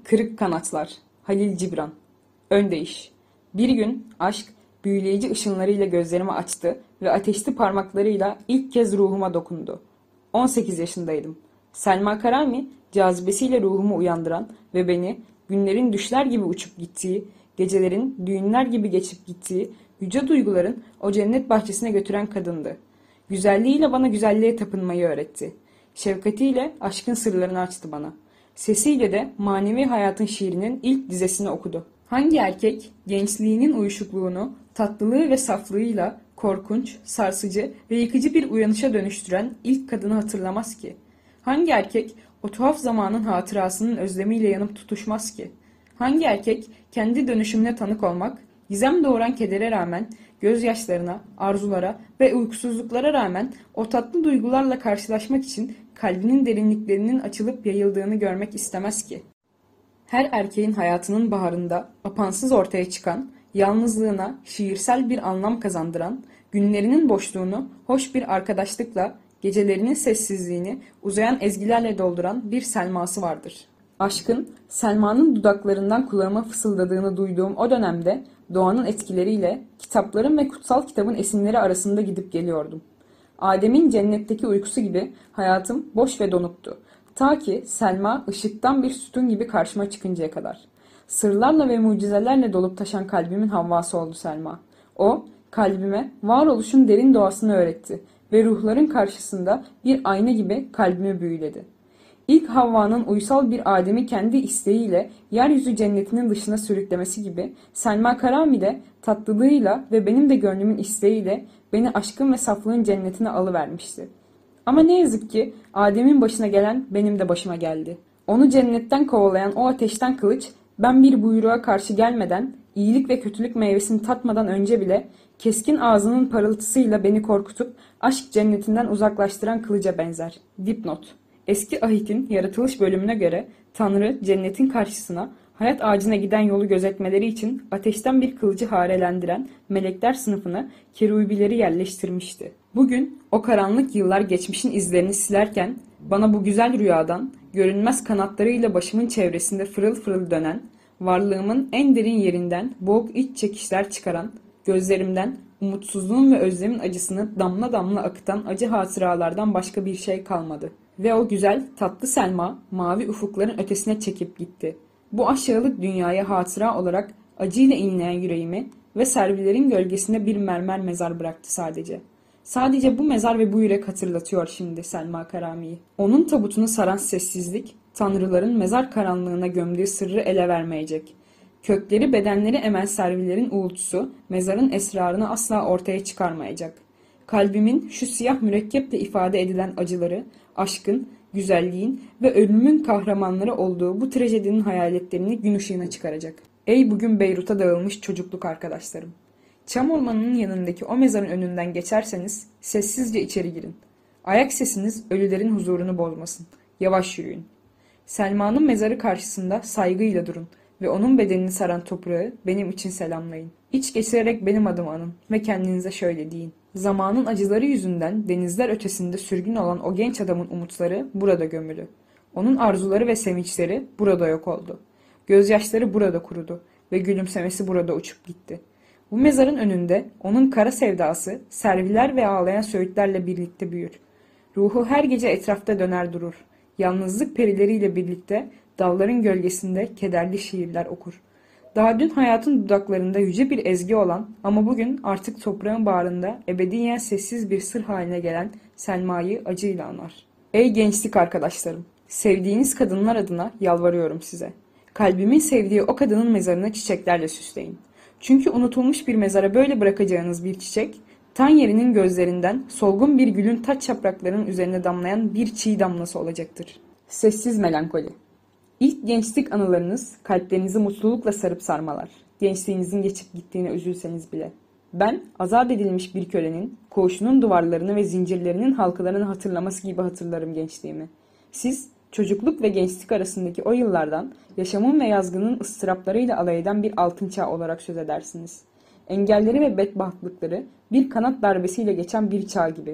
Kırık Kanatlar Halil Cibran Öndeyiş. Bir gün aşk büyüleyici ışınlarıyla gözlerimi açtı ve ateşli parmaklarıyla ilk kez ruhuma dokundu. 18 yaşındaydım. Selma Karami cazibesiyle ruhumu uyandıran ve beni günlerin düşler gibi uçup gittiği, gecelerin düğünler gibi geçip gittiği, yüce duyguların o cennet bahçesine götüren kadındı. Güzelliğiyle bana güzelliğe tapınmayı öğretti. Şefkatiyle aşkın sırlarını açtı bana. Sesiyle de manevi hayatın şiirinin ilk dizesini okudu. Hangi erkek gençliğinin uyuşukluğunu, tatlılığı ve saflığıyla korkunç, sarsıcı ve yıkıcı bir uyanışa dönüştüren ilk kadını hatırlamaz ki? Hangi erkek o tuhaf zamanın hatırasının özlemiyle yanıp tutuşmaz ki? Hangi erkek kendi dönüşümüne tanık olmak, gizem doğuran kedere rağmen, gözyaşlarına, arzulara ve uykusuzluklara rağmen o tatlı duygularla karşılaşmak için kalbinin derinliklerinin açılıp yayıldığını görmek istemez ki? Her erkeğin hayatının baharında apansız ortaya çıkan, yalnızlığına şiirsel bir anlam kazandıran, günlerinin boşluğunu hoş bir arkadaşlıkla, gecelerinin sessizliğini uzayan ezgilerle dolduran bir Selması vardır. Aşkın Selma'nın dudaklarından kulağıma fısıldadığını duyduğum o dönemde doğanın etkileriyle kitapların ve kutsal kitabın esinleri arasında gidip geliyordum. Adem'in cennetteki uykusu gibi hayatım boş ve donuktu. Ta ki Selma ışıktan bir sütun gibi karşıma çıkıncaya kadar. Sırlarla ve mucizelerle dolup taşan kalbimin Havvası oldu Selma. O, kalbime varoluşun derin doğasını öğretti ve ruhların karşısında bir ayna gibi kalbimi büyüledi. İlk Havva'nın uysal bir Adem'i kendi isteğiyle yeryüzü cennetinin dışına sürüklemesi gibi Selma Karami de tatlılığıyla ve benim de gönlümün isteğiyle beni aşkın ve saflığın cennetine alıvermişti. Ama ne yazık ki Adem'in başına gelen benim de başıma geldi. Onu cennetten kovalayan o ateşten kılıç ben bir buyruğa karşı gelmeden, iyilik ve kötülük meyvesini tatmadan önce bile keskin ağzının parıltısıyla beni korkutup aşk cennetinden uzaklaştıran kılıca benzer. Dipnot. Eski Ahit'in yaratılış bölümüne göre Tanrı cennetin karşısına hayat ağacına giden yolu gözetmeleri için ateşten bir kılıcı harelendiren melekler sınıfına kerubileri yerleştirmişti. Bugün o karanlık yıllar geçmişin izlerini silerken bana bu güzel rüyadan görünmez kanatlarıyla başımın çevresinde fırıl fırıl dönen, varlığımın en derin yerinden boğuk iç çekişler çıkaran, gözlerimden umutsuzluğun ve özlemin acısını damla damla akıtan acı hatıralardan başka bir şey kalmadı. Ve o güzel, tatlı Selma, mavi ufukların ötesine çekip gitti. Bu aşağılık dünyaya hatıra olarak acıyla inleyen yüreğimi ve servilerin gölgesinde bir mermer mezar bıraktı sadece. Sadece bu mezar ve bu yürek hatırlatıyor şimdi Selma Karami'yi. Onun tabutunu saran sessizlik, tanrıların mezar karanlığına gömdüğü sırrı ele vermeyecek. Kökleri bedenleri emen servilerin uğultusu, mezarın esrarını asla ortaya çıkarmayacak. Kalbimin şu siyah mürekkeple ifade edilen acıları, aşkın, güzelliğin ve ölümün kahramanları olduğu bu trajedinin hayaletlerini gün ışığına çıkaracak. Ey bugün Beyrut'a dağılmış çocukluk arkadaşlarım! Çam ormanının yanındaki o mezarın önünden geçerseniz sessizce içeri girin. Ayak sesiniz ölülerin huzurunu bozmasın. Yavaş yürüyün. Selma'nın mezarı karşısında saygıyla durun ve onun bedenini saran toprağı benim için selamlayın. İç geçirerek benim adımı anın ve kendinize şöyle deyin. Zamanın acıları yüzünden denizler ötesinde sürgün olan o genç adamın umutları burada gömülü. Onun arzuları ve sevinçleri burada yok oldu. Gözyaşları burada kurudu ve gülümsemesi burada uçup gitti. Bu mezarın önünde onun kara sevdası, serviler ve ağlayan söğütlerle birlikte büyür. Ruhu her gece etrafta döner durur. Yalnızlık perileriyle birlikte dalların gölgesinde kederli şiirler okur. Daha dün hayatın dudaklarında yüce bir ezgi olan ama bugün artık toprağın bağrında ebediyen sessiz bir sır haline gelen Selma'yı acıyla anar. Ey gençlik arkadaşlarım! Sevdiğiniz kadınlar adına yalvarıyorum size. Kalbimin sevdiği o kadının mezarını çiçeklerle süsleyin. Çünkü unutulmuş bir mezara böyle bırakacağınız bir çiçek, tan yerinin gözlerinden solgun bir gülün taç yapraklarının üzerine damlayan bir çiğ damlası olacaktır. Sessiz melankoli. İlk gençlik anılarınız kalplerinizi mutlulukla sarıp sarmalar. Gençliğinizin geçip gittiğine üzülseniz bile. Ben azat edilmiş bir kölenin koğuşunun duvarlarını ve zincirlerinin halkalarını hatırlaması gibi hatırlarım gençliğimi. Siz çocukluk ve gençlik arasındaki o yıllardan yaşamın ve yazgının ıstıraplarıyla alay eden bir altın çağ olarak söz edersiniz. Engelleri ve bedbahtlıkları bir kanat darbesiyle geçen bir çağ gibi.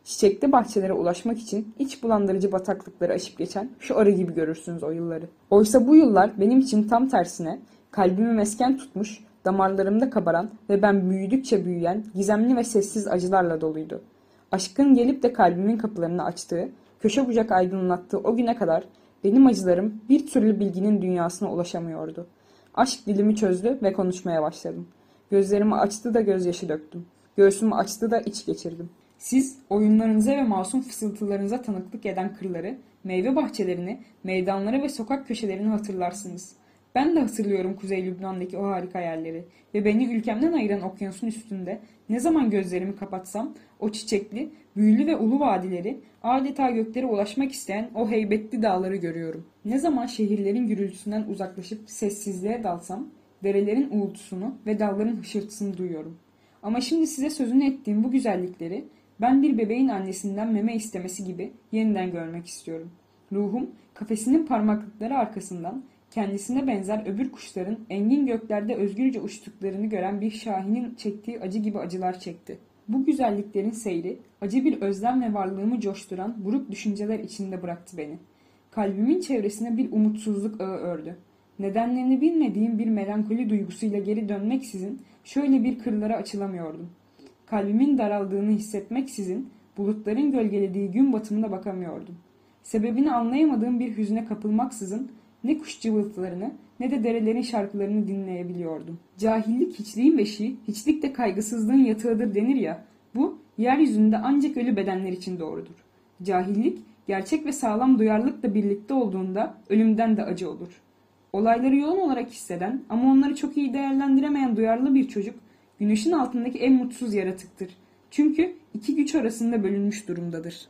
Çiçekli bahçelere ulaşmak için iç bulandırıcı bataklıkları aşıp geçen şu arı gibi görürsünüz o yılları. Oysa bu yıllar benim için tam tersine kalbimi mesken tutmuş, damarlarımda kabaran ve ben büyüdükçe büyüyen gizemli ve sessiz acılarla doluydu. Aşkın gelip de kalbimin kapılarını açtığı, köşe bucak aydınlattığı o güne kadar benim acılarım bir türlü bilginin dünyasına ulaşamıyordu. Aşk dilimi çözdü ve konuşmaya başladım. Gözlerimi açtı da gözyaşı döktüm. Göğsümü açtı da iç geçirdim. Siz oyunlarınıza ve masum fısıltılarınıza tanıklık eden kırları, meyve bahçelerini, meydanları ve sokak köşelerini hatırlarsınız. Ben de hatırlıyorum Kuzey Lübnan'daki o harika yerleri ve beni ülkemden ayıran okyanusun üstünde ne zaman gözlerimi kapatsam o çiçekli, büyülü ve ulu vadileri, adeta göklere ulaşmak isteyen o heybetli dağları görüyorum. Ne zaman şehirlerin gürültüsünden uzaklaşıp sessizliğe dalsam, derelerin uğultusunu ve dağların hışırtısını duyuyorum. Ama şimdi size sözünü ettiğim bu güzellikleri ben bir bebeğin annesinden meme istemesi gibi yeniden görmek istiyorum. Ruhum kafesinin parmaklıkları arkasından kendisine benzer öbür kuşların engin göklerde özgürce uçtuklarını gören bir şahinin çektiği acı gibi acılar çekti. Bu güzelliklerin seyri acı bir özlem ve varlığımı coşturan buruk düşünceler içinde bıraktı beni. Kalbimin çevresine bir umutsuzluk ağı ördü. Nedenlerini bilmediğim bir melankoli duygusuyla geri dönmeksizin şöyle bir kırlara açılamıyordum. Kalbimin daraldığını hissetmeksizin bulutların gölgelediği gün batımına bakamıyordum. Sebebini anlayamadığım bir hüzne kapılmaksızın ne kuş cıvıltılarını ne de derelerin şarkılarını dinleyebiliyordum. Cahillik hiçliğin beşiği, hiçlik de kaygısızlığın yatağıdır denir ya, bu yeryüzünde ancak ölü bedenler için doğrudur. Cahillik, gerçek ve sağlam duyarlılıkla birlikte olduğunda ölümden de acı olur. Olayları yoğun olarak hisseden ama onları çok iyi değerlendiremeyen duyarlı bir çocuk, güneşin altındaki en mutsuz yaratıktır. Çünkü iki güç arasında bölünmüş durumdadır.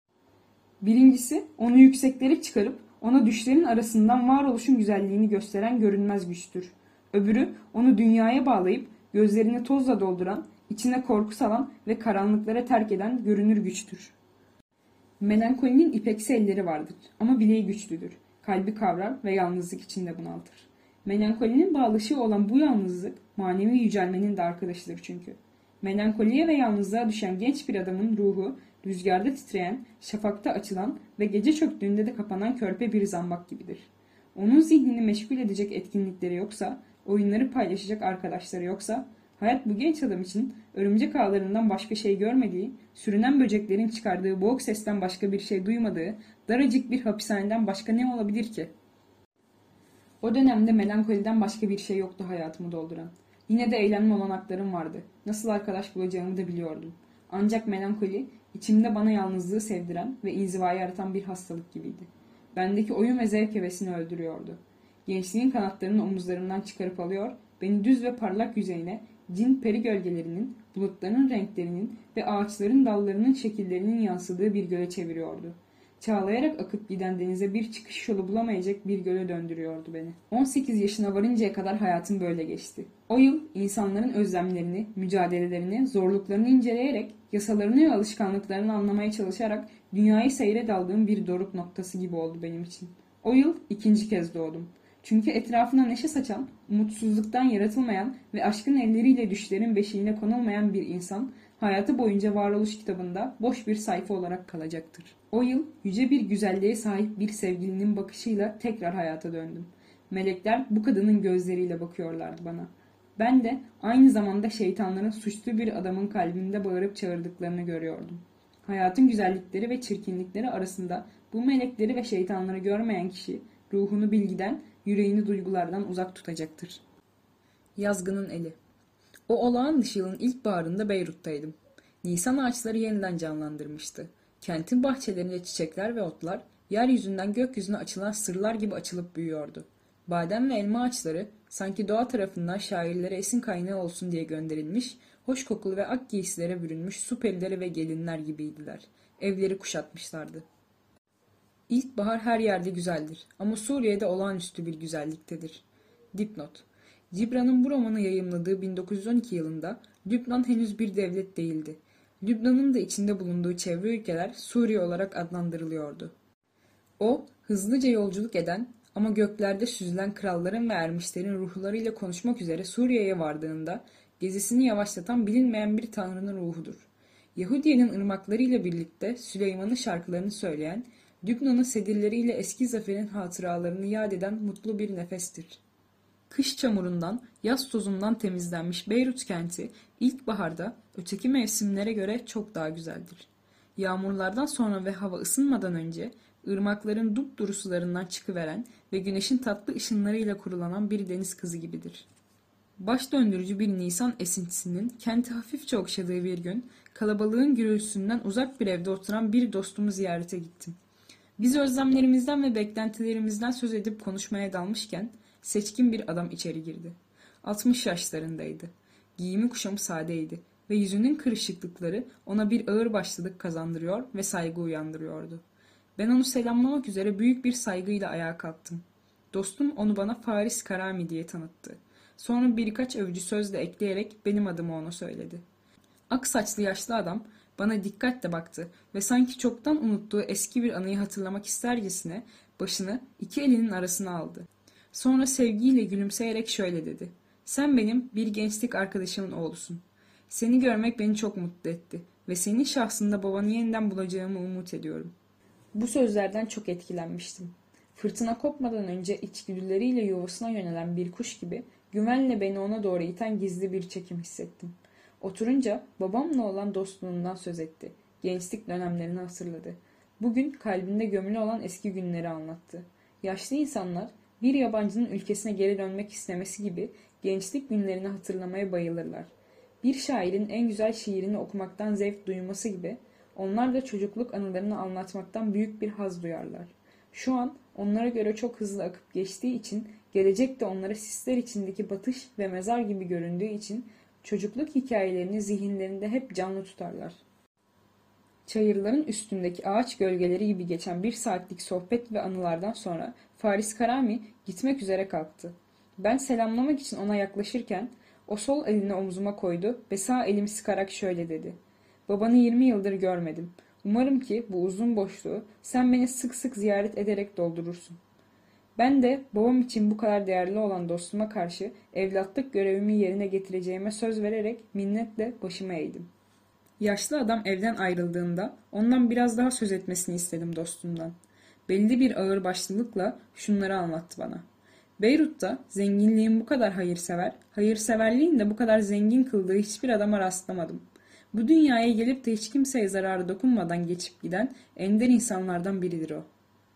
Birincisi, onu yükseklere çıkarıp ona düşlerin arasından varoluşun güzelliğini gösteren görünmez güçtür. Öbürü, onu dünyaya bağlayıp gözlerini tozla dolduran, içine korku salan ve karanlıklara terk eden görünür güçtür. Melankolinin ipeksi elleri vardır ama bileği güçlüdür. Kalbi kavrar ve yalnızlık içinde bunaltır. Melankolinin bağlışığı olan bu yalnızlık manevi yücelmenin de arkadaşıdır çünkü. Melankoliye ve yalnızlığa düşen genç bir adamın ruhu rüzgarda titreyen, şafakta açılan ve gece çöktüğünde de kapanan körpe bir zambak gibidir. Onun zihnini meşgul edecek etkinlikleri yoksa, oyunları paylaşacak arkadaşları yoksa, hayat bu genç adam için örümcek ağlarından başka şey görmediği, sürünen böceklerin çıkardığı boğuk sesten başka bir şey duymadığı, daracık bir hapishaneden başka ne olabilir ki? O dönemde melankoliden başka bir şey yoktu hayatımı dolduran. Yine de eğlenme olanaklarım vardı. Nasıl arkadaş bulacağımı da biliyordum. Ancak melankoli, içimde bana yalnızlığı sevdiren ve inzivayı yaratan bir hastalık gibiydi. Bendeki oyun ve zevk hevesini öldürüyordu. Gençliğin kanatlarını omuzlarımdan çıkarıp alıyor, beni düz ve parlak yüzeyine, cin peri gölgelerinin, bulutların renklerinin ve ağaçların dallarının şekillerinin yansıdığı bir göle çeviriyordu. Çağlayarak akıp giden denize bir çıkış yolu bulamayacak bir göle döndürüyordu beni. 18 yaşına varıncaya kadar hayatım böyle geçti. O yıl insanların özlemlerini, mücadelelerini, zorluklarını inceleyerek, yasalarını ve alışkanlıklarını anlamaya çalışarak dünyayı seyre daldığım bir doruk noktası gibi oldu benim için. O yıl ikinci kez doğdum. Çünkü etrafına neşe saçan, umutsuzluktan yaratılmayan ve aşkın elleriyle düşlerin beşiğine konulmayan bir insan, hayatı boyunca varoluş kitabında boş bir sayfa olarak kalacaktır. O yıl yüce bir güzelliğe sahip bir sevgilinin bakışıyla tekrar hayata döndüm. Melekler bu kadının gözleriyle bakıyorlardı bana. Ben de aynı zamanda şeytanların suçlu bir adamın kalbinde bağırıp çağırdıklarını görüyordum. Hayatın güzellikleri ve çirkinlikleri arasında bu melekleri ve şeytanları görmeyen kişi ruhunu bilgiden, yüreğini duygulardan uzak tutacaktır. Yazgının eli. O olağan dışı yılın ilk baharında Beyrut'taydım. Nisan ağaçları yeniden canlandırmıştı. Kentin bahçelerinde çiçekler ve otlar, yeryüzünden gökyüzüne açılan sırlar gibi açılıp büyüyordu. Badem ve elma ağaçları, sanki doğa tarafından şairlere esin kaynağı olsun diye gönderilmiş, hoş kokulu ve ak giysilere bürünmüş su perileri ve gelinler gibiydiler. Evleri kuşatmışlardı. İlkbahar her yerde güzeldir ama Suriye'de olağanüstü bir güzelliktedir. Dipnot. Gibran'ın bu romanı yayımladığı 1912 yılında Lübnan henüz bir devlet değildi. Lübnan'ın da içinde bulunduğu çevre ülkeler Suriye olarak adlandırılıyordu. O, hızlıca yolculuk eden ama göklerde süzülen kralların ve ermişlerin ruhlarıyla konuşmak üzere Suriye'ye vardığında gezisini yavaşlatan bilinmeyen bir tanrının ruhudur. Yahudiye'nin ırmaklarıyla birlikte Süleyman'ın şarkılarını söyleyen, Lübnan'ın sedirleriyle eski zaferin hatıralarını yad eden mutlu bir nefestir. Kış çamurundan, yaz tozundan temizlenmiş Beyrut kenti ilkbaharda öteki mevsimlere göre çok daha güzeldir. Yağmurlardan sonra ve hava ısınmadan önce ırmakların dupduru sularından çıkıveren ve güneşin tatlı ışınlarıyla kurulanan bir deniz kızı gibidir. Baş döndürücü bir Nisan esintisinin kenti hafifçe okşadığı bir gün, kalabalığın gürültüsünden uzak bir evde oturan bir dostumu ziyarete gittim. Biz özlemlerimizden ve beklentilerimizden söz edip konuşmaya dalmışken, seçkin bir adam içeri girdi. 60 yaşlarındaydı. Giyimi kuşamı sadeydi ve yüzünün kırışıklıkları ona bir ağırbaşlılık kazandırıyor ve saygı uyandırıyordu. Ben onu selamlamak üzere büyük bir saygıyla ayağa kalktım. Dostum onu bana Faris Karami diye tanıttı. Sonra birkaç övücü söz de ekleyerek benim adımı ona söyledi. Ak saçlı yaşlı adam bana dikkatle baktı ve sanki çoktan unuttuğu eski bir anıyı hatırlamak istercesine başını iki elinin arasına aldı. Sonra sevgiyle gülümseyerek şöyle dedi. Sen benim bir gençlik arkadaşımın oğlusun. Seni görmek beni çok mutlu etti ve senin şahsında babanı yeniden bulacağımı umut ediyorum. Bu sözlerden çok etkilenmiştim. Fırtına kopmadan önce içgüdüleriyle yuvasına yönelen bir kuş gibi güvenle beni ona doğru iten gizli bir çekim hissettim. Oturunca babamla olan dostluğundan söz etti. Gençlik dönemlerini hatırladı. Bugün kalbinde gömülü olan eski günleri anlattı. Yaşlı insanlar bir yabancının ülkesine geri dönmek istemesi gibi gençlik günlerini hatırlamaya bayılırlar. Bir şairin en güzel şiirini okumaktan zevk duyması gibi onlar da çocukluk anılarını anlatmaktan büyük bir haz duyarlar. Şu an onlara göre çok hızlı akıp geçtiği için, gelecek de onlara sisler içindeki batış ve mezar gibi göründüğü için çocukluk hikayelerini zihinlerinde hep canlı tutarlar. Çayırların üstündeki ağaç gölgeleri gibi geçen bir saatlik sohbet ve anılardan sonra Faris Karami gitmek üzere kalktı. Ben selamlamak için ona yaklaşırken o sol elini omzuma koydu ve sağ elimi sıkarak şöyle dedi. Babanı 20 yıldır görmedim. Umarım ki bu uzun boşluğu sen beni sık sık ziyaret ederek doldurursun. Ben de babam için bu kadar değerli olan dostuma karşı evlatlık görevimi yerine getireceğime söz vererek minnetle başımı eğdim. Yaşlı adam evden ayrıldığında ondan biraz daha söz etmesini istedim dostumdan. Belli bir ağırbaşlılıkla şunları anlattı bana. Beyrut'ta zenginliğin bu kadar hayırseverliğin de bu kadar zengin kıldığı hiçbir adama rastlamadım. Bu dünyaya gelip de hiç kimseye zararı dokunmadan geçip giden ender insanlardan biridir o.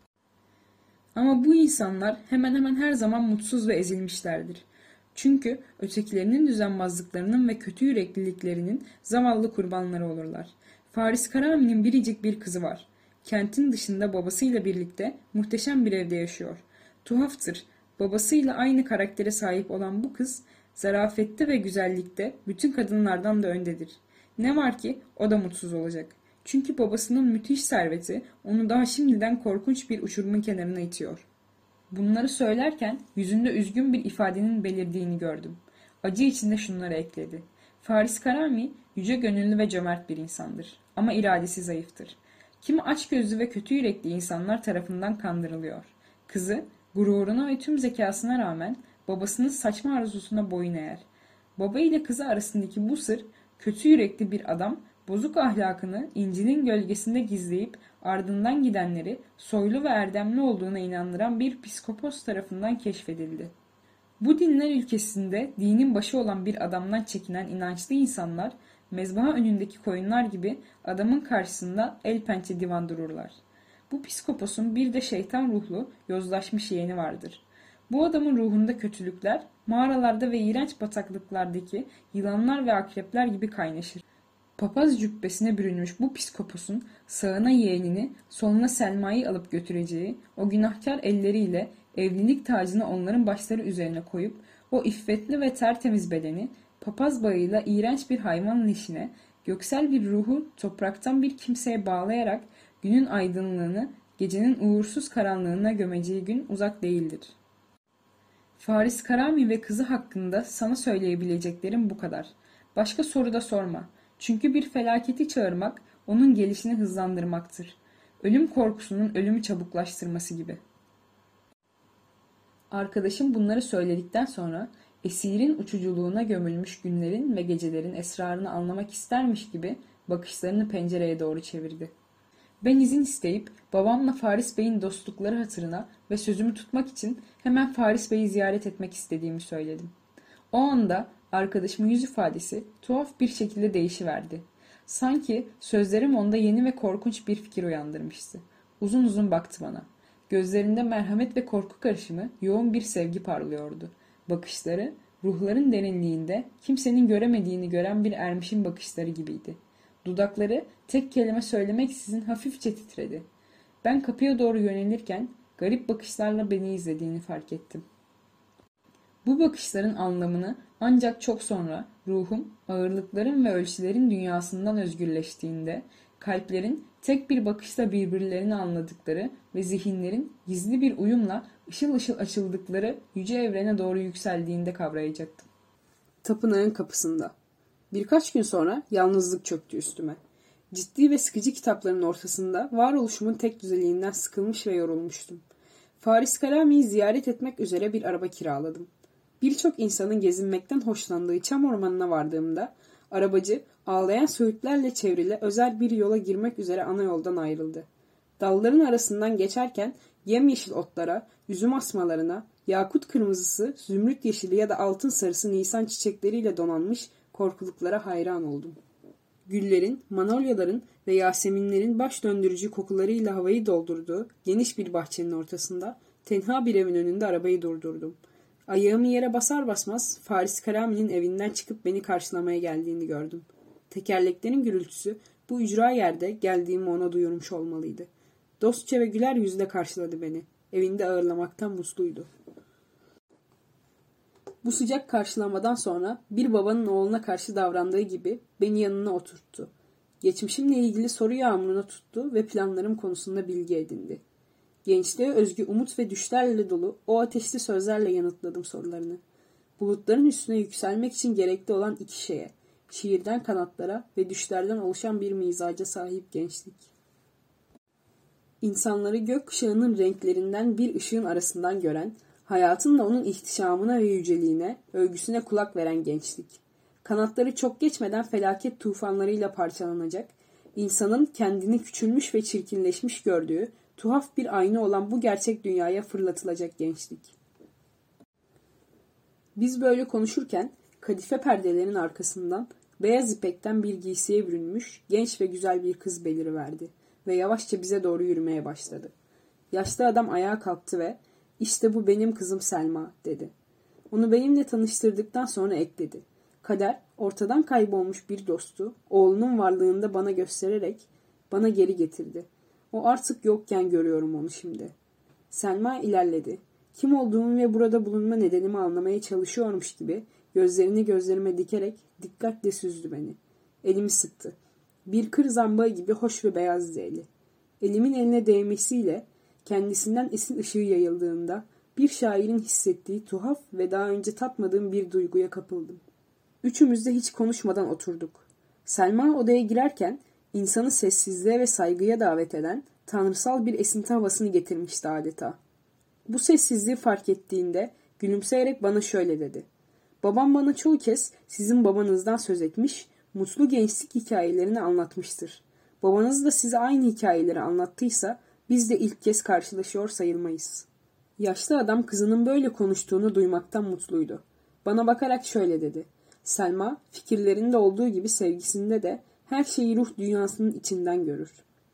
Ama bu insanlar hemen hemen her zaman mutsuz ve ezilmişlerdir. Çünkü ötekilerinin düzenbazlıklarının ve kötü yürekliliklerinin zavallı kurbanları olurlar. Faris Karami'nin biricik bir kızı var. Kentin dışında babasıyla birlikte muhteşem bir evde yaşıyor. Tuhaftır, babasıyla aynı karaktere sahip olan bu kız, zarafette ve güzellikte bütün kadınlardan da öndedir. Ne var ki o da mutsuz olacak. Çünkü babasının müthiş serveti onu daha şimdiden korkunç bir uçurumun kenarına itiyor. Bunları söylerken yüzünde üzgün bir ifadenin belirdiğini gördüm. Acı içinde şunları ekledi. Faris Karami yüce gönüllü ve cömert bir insandır. Ama iradesi zayıftır. Kimi açgözlü ve kötü yürekli insanlar tarafından kandırılıyor. Kızı gururuna ve tüm zekasına rağmen babasının saçma arzusuna boyun eğer. Baba ile kızı arasındaki bu sır kötü yürekli bir adam bozuk ahlakını incinin gölgesinde gizleyip ardından gidenleri soylu ve erdemli olduğuna inandıran bir psikopos tarafından keşfedildi. Bu dinler ülkesinde dinin başı olan bir adamdan çekinen inançlı insanlar mezbaha önündeki koyunlar gibi adamın karşısında el pençe divan dururlar. Bu psikoposun bir de şeytan ruhlu yozlaşmış yeğeni vardır. Bu adamın ruhunda kötülükler mağaralarda ve iğrenç bataklıklardaki yılanlar ve akrepler gibi kaynaşır. Papaz cübbesine bürünmüş bu psikoposun sağına yeğenini, soluna Selma'yı alıp götüreceği o günahkar elleriyle evlilik tacını onların başları üzerine koyup o iffetli ve tertemiz bedeni papaz bağıyla iğrenç bir hayvanın işine, göksel bir ruhu topraktan bir kimseye bağlayarak günün aydınlığını gecenin uğursuz karanlığına gömeceği gün uzak değildir. Faris Karami ve kızı hakkında sana söyleyebileceklerim bu kadar. Başka soru da sorma. Çünkü bir felaketi çağırmak, onun gelişini hızlandırmaktır. Ölüm korkusunun ölümü çabuklaştırması gibi. Arkadaşım bunları söyledikten sonra, esirin uçuculuğuna gömülmüş günlerin ve gecelerin esrarını anlamak istermiş gibi Bakışlarını pencereye doğru çevirdi. Ben izin isteyip babamla Faris Bey'in dostlukları hatırına ve sözümü tutmak için hemen Faris Bey'i ziyaret etmek istediğimi söyledim. O anda arkadaşımın yüz ifadesi tuhaf bir şekilde değişiverdi. Sanki sözlerim onda yeni ve korkunç bir fikir uyandırmıştı. Uzun uzun baktı bana. Gözlerinde merhamet ve korku karışımı yoğun bir sevgi parlıyordu. Bakışları ruhların derinliğinde kimsenin göremediğini gören bir ermişin bakışları gibiydi. Dudakları tek kelime söylemeksizin hafifçe titredi. Ben kapıya doğru yönelirken garip bakışlarla beni izlediğini fark ettim. Bu bakışların anlamını ancak çok sonra ruhum ağırlıkların ve ölçülerin dünyasından özgürleştiğinde, kalplerin tek bir bakışla birbirlerini anladıkları ve zihinlerin gizli bir uyumla ışıl ışıl açıldıkları yüce evrene doğru yükseldiğinde kavrayacaktım. Tapınağın kapısında. Birkaç gün sonra yalnızlık çöktü üstüme. Ciddi ve sıkıcı kitapların ortasında varoluşumun tek düzeliğinden sıkılmış ve yorulmuştum. Faris Karami'yi ziyaret etmek üzere bir araba kiraladım. Birçok insanın gezinmekten hoşlandığı çam ormanına vardığımda arabacı ağlayan söğütlerle çevrili özel bir yola girmek üzere ana yoldan ayrıldı. Dalların arasından geçerken yemyeşil otlara, üzüm asmalarına, yakut kırmızısı, zümrüt yeşili ya da altın sarısı nisan çiçekleriyle donanmış korkuluklara hayran oldum. Güllerin, manolyaların ve yaseminlerin baş döndürücü kokularıyla havayı doldurduğu geniş bir bahçenin ortasında tenha bir evin önünde arabayı durdurdum. Ayağımı yere basar basmaz Faris Karami'nin evinden çıkıp beni karşılamaya geldiğini gördüm. Tekerleklerin gürültüsü bu ücra yerde geldiğimi ona duyurmuş olmalıydı. Dostça ve güler yüzle karşıladı beni. Evinde ağırlamaktan mutluydu. Bu sıcak karşılamadan sonra bir babanın oğluna karşı davrandığı gibi beni yanına oturttu. Geçmişimle ilgili soru yağmuruna tuttu ve planlarım konusunda bilgi edindi. Gençliğe özgü umut ve düşlerle dolu o ateşli sözlerle yanıtladım sorularını. Bulutların üstüne yükselmek için gerekli olan iki şeye, şiirden kanatlara ve düşlerden oluşan bir mizaca sahip gençlik. İnsanları gökkuşağının renklerinden bir ışığın arasından gören, hayatınla onun ihtişamına ve yüceliğine, övgüsüne kulak veren gençlik. Kanatları çok geçmeden felaket tufanlarıyla parçalanacak, insanın kendini küçülmüş ve çirkinleşmiş gördüğü, tuhaf bir ayna olan bu gerçek dünyaya fırlatılacak gençlik. Biz böyle konuşurken kadife perdelerin arkasından beyaz ipekten bir giysiye bürünmüş genç ve güzel bir kız beliriverdi ve yavaşça bize doğru yürümeye başladı. Yaşlı adam ayağa kalktı ve "İşte bu benim kızım Selma" dedi. Onu benimle tanıştırdıktan sonra ekledi. Kader ortadan kaybolmuş bir dostu oğlunun varlığında bana göstererek bana geri getirdi. O artık yokken görüyorum onu şimdi. Selma ilerledi. Kim olduğumu ve burada bulunma nedenimi anlamaya çalışıyormuş gibi gözlerini gözlerime dikerek dikkatle süzdü beni. Elimi sıktı. Bir kır zambağı gibi hoş ve beyazdı eli. Elimin eline değmesiyle kendisinden esin ışığı yayıldığında bir şairin hissettiği tuhaf ve daha önce tatmadığım bir duyguya kapıldım. Üçümüz de hiç konuşmadan oturduk. Selma odaya girerken insanı sessizliğe ve saygıya davet eden tanrısal bir esinti havasını getirmişti adeta. Bu sessizliği fark ettiğinde gülümseyerek bana şöyle dedi. Babam bana çoğu kez sizin babanızdan söz etmiş, mutlu gençlik hikayelerini anlatmıştır. Babanız da size aynı hikayeleri anlattıysa biz de ilk kez karşılaşıyor sayılmayız. Yaşlı adam kızının böyle konuştuğunu duymaktan mutluydu. Bana bakarak şöyle dedi. Selma fikirlerinde olduğu gibi sevgisinde de her şeyi ruh dünyasının içinden görür.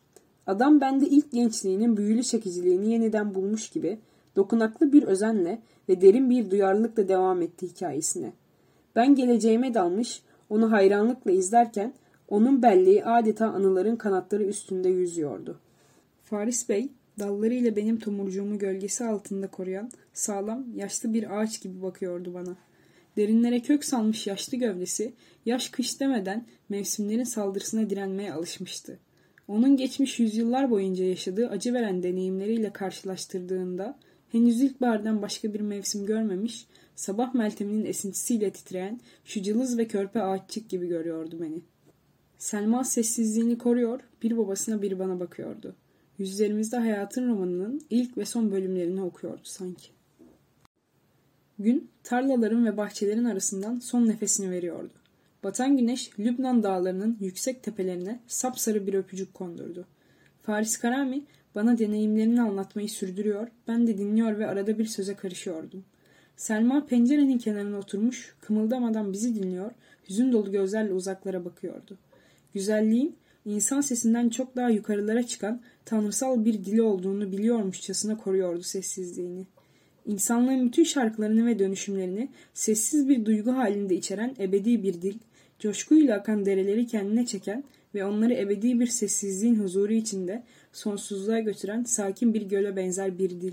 Adam bende ilk gençliğinin büyülü çekiciliğini yeniden bulmuş gibi dokunaklı bir özenle ve derin bir duyarlılıkla devam etti hikayesine. Ben geleceğime dalmış, onu hayranlıkla izlerken onun belleği adeta anıların kanatları üstünde yüzüyordu. Faris Bey, dallarıyla benim tomurcuğumu gölgesi altında koruyan sağlam, yaşlı bir ağaç gibi bakıyordu bana. Derinlere kök salmış yaşlı gövdesi, yaş kış demeden mevsimlerin saldırısına direnmeye alışmıştı. Onun geçmiş yüzyıllar boyunca yaşadığı acı veren deneyimleriyle karşılaştırdığında, henüz ilkbahardan başka bir mevsim görmemiş, sabah melteminin esintisiyle titreyen şu cılız ve körpe ağaççık gibi görüyordu beni. Selma sessizliğini koruyor, bir babasına bir bana bakıyordu. Yüzlerimizde hayatın romanının ilk ve son bölümlerini okuyordu sanki. Gün, tarlaların ve bahçelerin arasından son nefesini veriyordu. Batan güneş Lübnan dağlarının yüksek tepelerine sapsarı bir öpücük kondurdu. Faris Karami bana deneyimlerini anlatmayı sürdürüyor, ben de dinliyor ve arada bir söze karışıyordum. Selma pencerenin kenarına oturmuş, kımıldamadan bizi dinliyor, hüzün dolu gözlerle uzaklara bakıyordu. Güzelliğin, insan sesinden çok daha yukarılara çıkan tanrısal bir dili olduğunu biliyormuşçasına koruyordu sessizliğini. İnsanlığın bütün şarkılarını ve dönüşümlerini sessiz bir duygu halinde içeren ebedi bir dil, coşkuyla akan dereleri kendine çeken ve onları ebedi bir sessizliğin huzuru içinde sonsuzluğa götüren sakin bir göle benzer bir dil.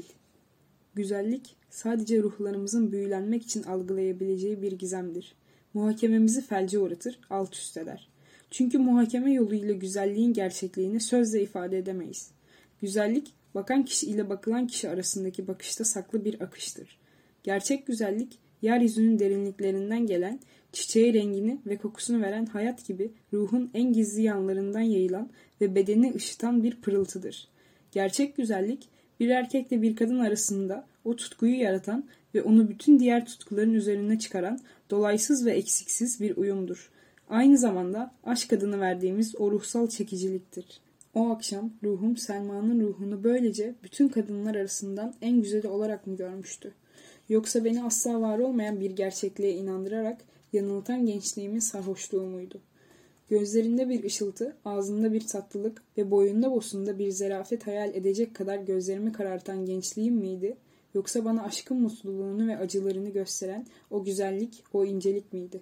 Güzellik, sadece ruhlarımızın büyülenmek için algılayabileceği bir gizemdir. Muhakememizi felce uğratır, alt üst eder. Çünkü muhakeme yoluyla güzelliğin gerçekliğini sözle ifade edemeyiz. Güzellik, bakan kişi ile bakılan kişi arasındaki bakışta saklı bir akıştır. Gerçek güzellik, yeryüzünün derinliklerinden gelen, çiçeğe rengini ve kokusunu veren hayat gibi ruhun en gizli yanlarından yayılan ve bedeni ışıtan bir pırıltıdır. Gerçek güzellik, bir erkekle bir kadın arasında o tutkuyu yaratan ve onu bütün diğer tutkuların üzerine çıkaran dolaysız ve eksiksiz bir uyumdur. Aynı zamanda aşk adını verdiğimiz o ruhsal çekiciliktir. O akşam ruhum Selma'nın ruhunu böylece bütün kadınlar arasından en güzeli olarak mı görmüştü? Yoksa beni asla var olmayan bir gerçekliğe inandırarak yanıltan gençliğimin sarhoşluğu muydu? Gözlerinde bir ışıltı, ağzında bir tatlılık ve boyunda bosunda bir zarafet hayal edecek kadar gözlerimi karartan gençliğim miydi? Yoksa bana aşkın mutluluğunu ve acılarını gösteren o güzellik, o incelik miydi?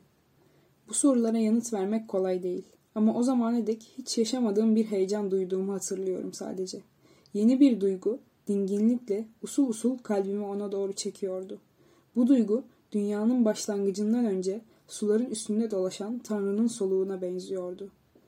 Bu sorulara yanıt vermek kolay değil. Ama o zamana dek hiç yaşamadığım bir heyecan duyduğumu hatırlıyorum sadece. Yeni bir duygu, dinginlikle usul usul kalbimi ona doğru çekiyordu. Bu duygu, dünyanın başlangıcından önce suların üstünde dolaşan Tanrı'nın soluğuna benziyordu.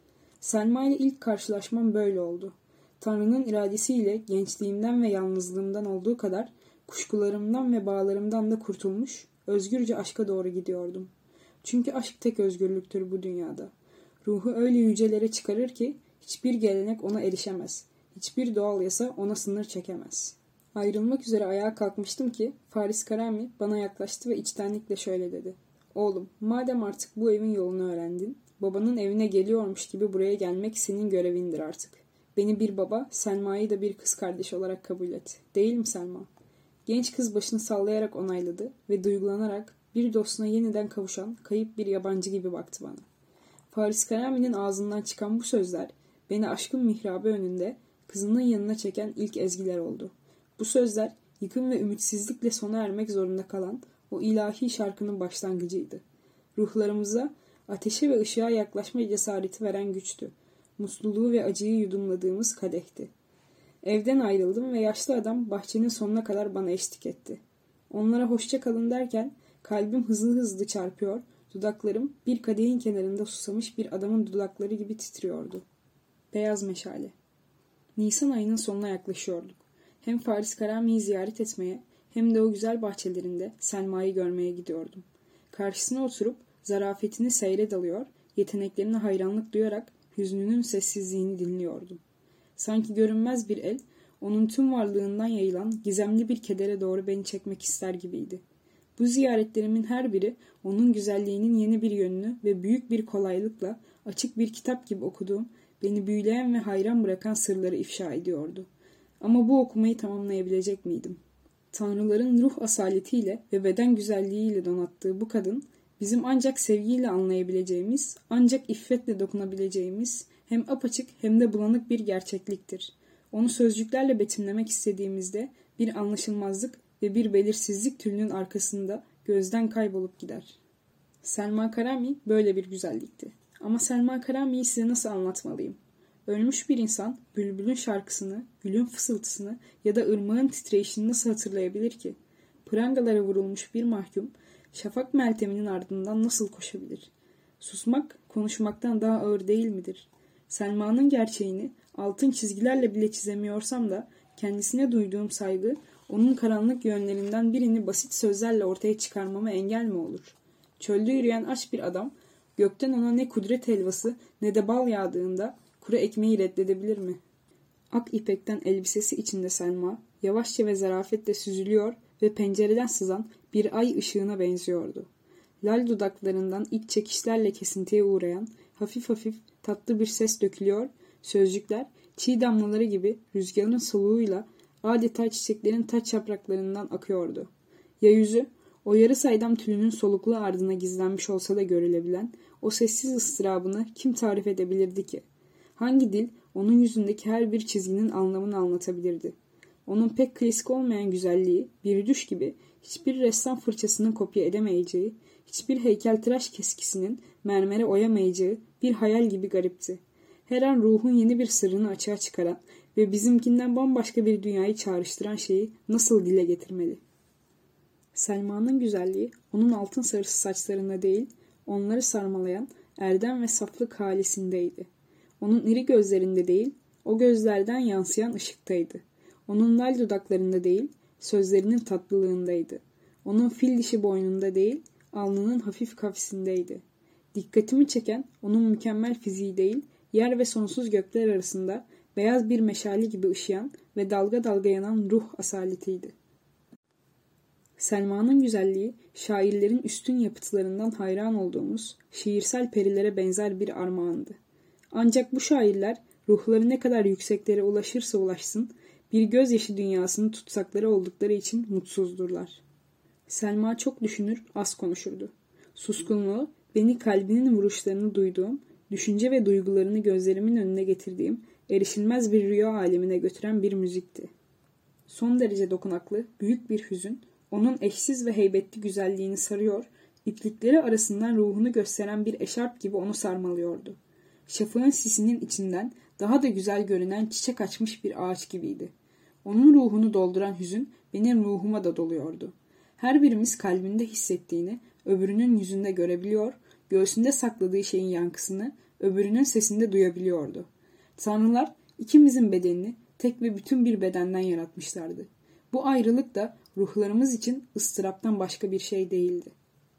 Selma ile ilk karşılaşmam böyle oldu. Tanrı'nın iradesiyle gençliğimden ve yalnızlığımdan olduğu kadar kuşkularımdan ve bağlarımdan da kurtulmuş, özgürce aşka doğru gidiyordum. Çünkü aşk tek özgürlüktür bu dünyada. Ruhu öyle yücelere çıkarır ki hiçbir gelenek ona erişemez. Hiçbir doğal yasa ona sınır çekemez. Ayrılmak üzere ayağa kalkmıştım ki Faris Karami bana yaklaştı ve içtenlikle şöyle dedi. Oğlum, madem artık bu evin yolunu öğrendin, babanın evine geliyormuş gibi buraya gelmek senin görevindir artık. Beni bir baba, Selma'yı da bir kız kardeş olarak kabul et. Değil mi Selma? Genç kız başını sallayarak onayladı ve duygulanarak bir dostuna yeniden kavuşan kayıp bir yabancı gibi baktı bana. Faris Karami'nin ağzından çıkan bu sözler beni aşkın mihrabı önünde kızının yanına çeken ilk ezgiler oldu. Bu sözler yıkım ve ümitsizlikle sona ermek zorunda kalan o ilahi şarkının başlangıcıydı. Ruhlarımıza ateşe ve ışığa yaklaşma cesareti veren güçtü. Mutluluğu ve acıyı yudumladığımız kadehti. Evden ayrıldım ve yaşlı adam bahçenin sonuna kadar bana eşlik etti. Onlara hoşça kalın derken kalbim hızlı hızlı çarpıyor, dudaklarım bir kadehin kenarında susamış bir adamın dudakları gibi titriyordu. Beyaz meşale. Nisan ayının sonuna yaklaşıyorduk. Hem Faris Karami'yi ziyaret etmeye hem de o güzel bahçelerinde Selma'yı görmeye gidiyordum. Karşısına oturup zarafetini seyre dalıyor, yeteneklerine hayranlık duyarak hüznünün sessizliğini dinliyordum. Sanki görünmez bir el, onun tüm varlığından yayılan gizemli bir kedere doğru beni çekmek ister gibiydi. Bu ziyaretlerimin her biri onun güzelliğinin yeni bir yönünü ve büyük bir kolaylıkla açık bir kitap gibi okuduğum, beni büyüleyen ve hayran bırakan sırları ifşa ediyordu. Ama bu okumayı tamamlayabilecek miydim? Tanrıların ruh asaletiyle ve beden güzelliğiyle donattığı bu kadın, bizim ancak sevgiyle anlayabileceğimiz, ancak iffetle dokunabileceğimiz, hem apaçık hem de bulanık bir gerçekliktir. Onu sözcüklerle betimlemek istediğimizde bir anlaşılmazlık ve bir belirsizlik tülünün arkasında gözden kaybolup gider. Selma Karami böyle bir güzellikti. Ama Selma Karami'yi size nasıl anlatmalıyım? Ölmüş bir insan bülbülün şarkısını, gülün fısıltısını ya da ırmağın titreyişini nasıl hatırlayabilir ki? Prangalara vurulmuş bir mahkum, şafak melteminin ardından nasıl koşabilir? Susmak, konuşmaktan daha ağır değil midir? Selma'nın gerçeğini altın çizgilerle bile çizemiyorsam da kendisine duyduğum saygı, onun karanlık yönlerinden birini basit sözlerle ortaya çıkarmama engel mi olur? Çölde yürüyen aç bir adam, gökten ona ne kudret helvası ne de bal yağdığında kuru ekmeği reddedebilir mi? Ak ipekten elbisesi içinde Selma, yavaşça ve zarafetle süzülüyor ve pencereden sızan bir ay ışığına benziyordu. lal dudaklarından iç çekişlerle kesintiye uğrayan, hafif hafif tatlı bir ses dökülüyor, sözcükler çiğ damlaları gibi rüzgarın soluğuyla adeta çiçeklerin taç yapraklarından akıyordu. Ya yüzü, o yarı saydam tülünün soluklu ardına gizlenmiş olsa da görülebilen o sessiz ıstırabını kim tarif edebilirdi ki? Hangi dil onun yüzündeki her bir çizginin anlamını anlatabilirdi? Onun pek klasik olmayan güzelliği, bir düş gibi hiçbir ressam fırçasının kopya edemeyeceği, hiçbir heykeltıraş keskisinin mermere oyamayacağı bir hayal gibi garipti. Her an ruhun yeni bir sırrını açığa çıkaran ve bizimkinden bambaşka bir dünyayı çağrıştıran şeyi nasıl dile getirmeli? Selma'nın güzelliği onun altın sarısı saçlarında değil, onları sarmalayan erdem ve saflık halesindeydi. Onun iri gözlerinde değil, o gözlerden yansıyan ışıktaydı. Onun lal dudaklarında değil, sözlerinin tatlılığındaydı. Onun fil dişi boynunda değil, alnının hafif kafesindeydi. Dikkatimi çeken onun mükemmel fiziği değil, yer ve sonsuz gökler arasında beyaz bir meşale gibi ışıyan ve dalga dalga yanan ruh asaletiydi. Selma'nın güzelliği, şairlerin üstün yapıtlarından hayran olduğumuz şiirsel perilere benzer bir armağandı. Ancak bu şairler ruhları ne kadar yükseklere ulaşırsa ulaşsın, bir gözyaşı dünyasının tutsakları oldukları için mutsuzdurlar. Selma çok düşünür, az konuşurdu. Suskunluğu, beni kalbinin vuruşlarını duyduğum, düşünce ve duygularını gözlerimin önüne getirdiğim, erişilmez bir rüya alemine götüren bir müzikti. Son derece dokunaklı, büyük bir hüzün, onun eşsiz ve heybetli güzelliğini sarıyor, iplikleri arasından ruhunu gösteren bir eşarp gibi onu sarmalıyordu. Şafağın sisinin içinden daha da güzel görünen çiçek açmış bir ağaç gibiydi. Onun ruhunu dolduran hüzün benim ruhuma da doluyordu. Her birimiz kalbinde hissettiğini öbürünün yüzünde görebiliyor, göğsünde sakladığı şeyin yankısını öbürünün sesinde duyabiliyordu. Tanrılar ikimizin bedenini tek ve bütün bir bedenden yaratmışlardı. Bu ayrılık da ruhlarımız için ıstıraptan başka bir şey değildi.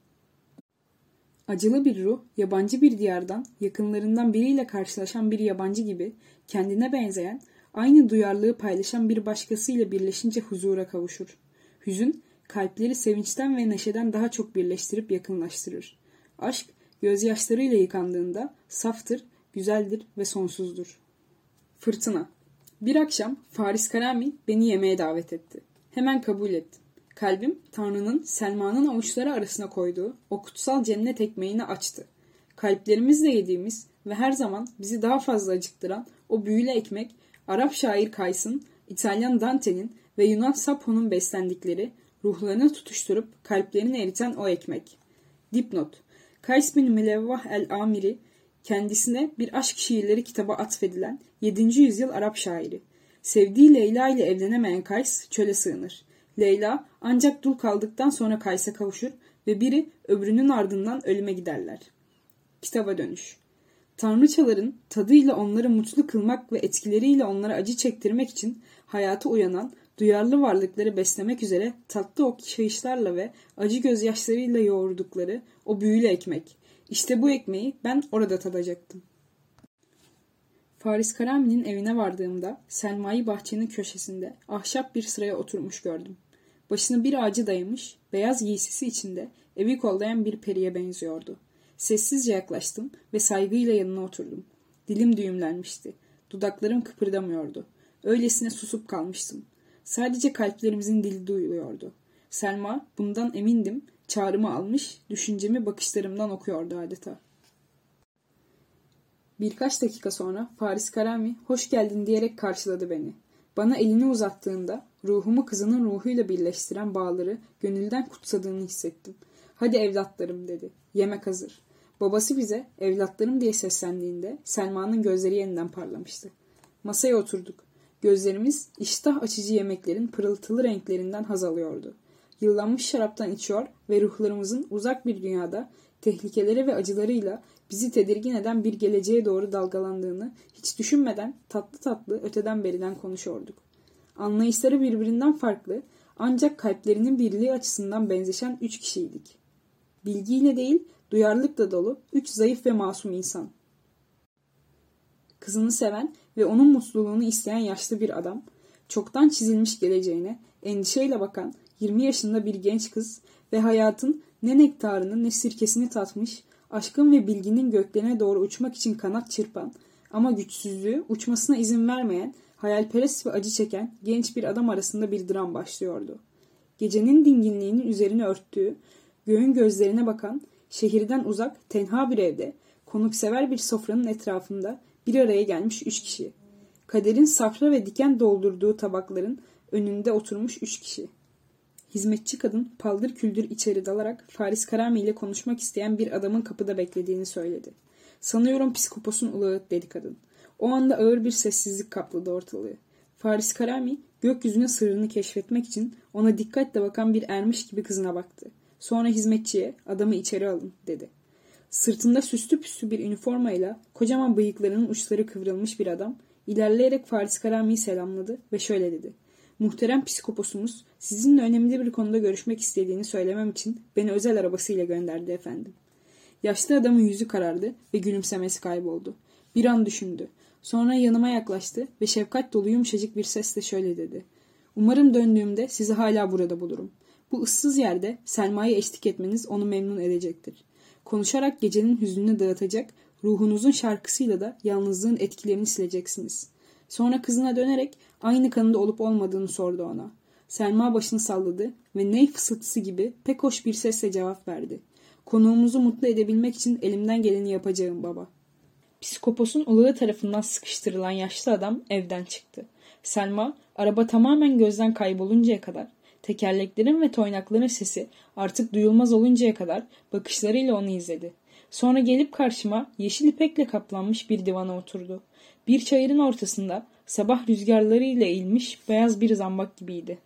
Acılı bir ruh, yabancı bir diyardan, yakınlarından biriyle karşılaşan bir yabancı gibi, kendine benzeyen, aynı duyarlılığı paylaşan bir başkasıyla birleşince huzura kavuşur. Hüzün, kalpleri sevinçten ve neşeden daha çok birleştirip yakınlaştırır. Aşk, gözyaşlarıyla yıkandığında saftır, güzeldir ve sonsuzdur. Fırtına. Bir akşam Faris Karami beni yemeğe davet etti. Hemen kabul ettim. Kalbim Tanrı'nın Selma'nın avuçları arasına koyduğu o kutsal cennet ekmeğini açtı. Kalplerimizle yediğimiz ve her zaman bizi daha fazla acıktıran o büyülü ekmek, Arap şair Kays'ın, İtalyan Dante'nin ve Yunan Sappho'nun beslendikleri, ruhlarını tutuşturup kalplerini eriten o ekmek. Dipnot: Kays bin Mülevvah el-Amiri, kendisine bir aşk şiirleri kitabı atfedilen 7. yüzyıl Arap şairi. Sevdiği Leyla ile evlenemeyen Kays çöle sığınır. Leyla ancak dul kaldıktan sonra Kays'a kavuşur ve biri öbürünün ardından ölüme giderler. Kitaba dönüş. Tanrıçaların tadıyla onları mutlu kılmak ve etkileriyle onlara acı çektirmek için hayata uyanan, duyarlı varlıkları beslemek üzere tatlı okşayışlarla ve acı gözyaşlarıyla yoğurdukları o büyülü ekmek. İşte bu ekmeği ben orada tadacaktım. Faris Karami'nin evine vardığımda Selma'yı bahçenin köşesinde ahşap bir sıraya oturmuş gördüm. Başını bir ağaca dayamış, beyaz giysisi içinde evi kollayan bir periye benziyordu. Sessizce yaklaştım ve saygıyla yanına oturdum. Dilim düğümlenmişti. Dudaklarım kıpırdamıyordu. Öylesine susup kalmıştım. Sadece kalplerimizin dili duyuluyordu. Selma, bundan emindim, çağrımı almış, düşüncemi bakışlarımdan okuyordu adeta. Birkaç dakika sonra Faris Karami hoş geldin diyerek karşıladı beni. Bana elini uzattığında ruhumu kızının ruhuyla birleştiren bağları gönülden kutsadığını hissettim. Hadi evlatlarım dedi. Yemek hazır. Babası bize evlatlarım diye seslendiğinde Selma'nın gözleri yeniden parlamıştı. Masaya oturduk. Gözlerimiz iştah açıcı yemeklerin pırıltılı renklerinden haz alıyordu. Yıllanmış şaraptan içiyor ve ruhlarımızın uzak bir dünyada tehlikeleri ve acılarıyla bizi tedirgin eden bir geleceğe doğru dalgalandığını hiç düşünmeden tatlı tatlı öteden beriden konuşuyorduk. Anlayışları birbirinden farklı ancak kalplerinin birliği açısından benzeşen 3 kişiydik. Bilgiyle değil, duyarlılıkla dolu 3 zayıf ve masum insan. Kızını seven ve onun mutluluğunu isteyen yaşlı bir adam, çoktan çizilmiş geleceğine endişeyle bakan 20 yaşında bir genç kız ve hayatın Ne nektarını ne sirkesini tatmış, aşkın ve bilginin göklerine doğru uçmak için kanat çırpan ama güçsüzlüğü uçmasına izin vermeyen, hayalperest ve acı çeken genç bir adam arasında bir dram başlıyordu. Gecenin dinginliğinin üzerini örttüğü, göğün gözlerine bakan, şehirden uzak, tenha bir evde, konuksever bir sofranın etrafında bir araya gelmiş 3 kişi. Kaderin safra ve diken doldurduğu tabakların önünde oturmuş 3 kişi. Hizmetçi kadın paldır küldür içeri dalarak Faris Karami ile konuşmak isteyen bir adamın kapıda beklediğini söyledi. "Sanıyorum psikoposun ulağı," dedi kadın. O anda ağır bir sessizlik kapladı ortalığı. Faris Karami gökyüzünün sırrını keşfetmek için ona dikkatle bakan bir ermiş gibi kızına baktı. Sonra hizmetçiye "Adamı içeri alın," dedi. Sırtında süslü püslü bir üniformayla kocaman bıyıklarının uçları kıvrılmış bir adam ilerleyerek Faris Karami'yi selamladı ve şöyle dedi. "Muhterem psikoposumuz sizinle önemli bir konuda görüşmek istediğini söylemem için beni özel arabasıyla gönderdi efendim." Yaşlı adamın yüzü karardı ve gülümsemesi kayboldu. Bir an düşündü. Sonra yanıma yaklaştı ve şefkat dolu yumuşacık bir sesle şöyle dedi. "Umarım döndüğümde sizi hala burada bulurum. Bu ıssız yerde Selma'ya eşlik etmeniz onu memnun edecektir. Konuşarak gecenin hüznünü dağıtacak, ruhunuzun şarkısıyla da yalnızlığın etkilerini sileceksiniz." Sonra kızına dönerek aynı kanında olup olmadığını sordu ona. Selma başını salladı ve ney fısıltısı gibi pek hoş bir sesle cevap verdi. "Konuğumuzu mutlu edebilmek için elimden geleni yapacağım baba." Psikoposun ulağı tarafından sıkıştırılan yaşlı adam evden çıktı. Selma, araba tamamen gözden kayboluncaya kadar, tekerleklerin ve toynakların sesi artık duyulmaz oluncaya kadar bakışlarıyla onu izledi. Sonra gelip karşıma yeşil ipekle kaplanmış bir divana oturdu. Bir çayırın ortasında sabah rüzgarlarıyla eğilmiş beyaz bir zambak gibiydi.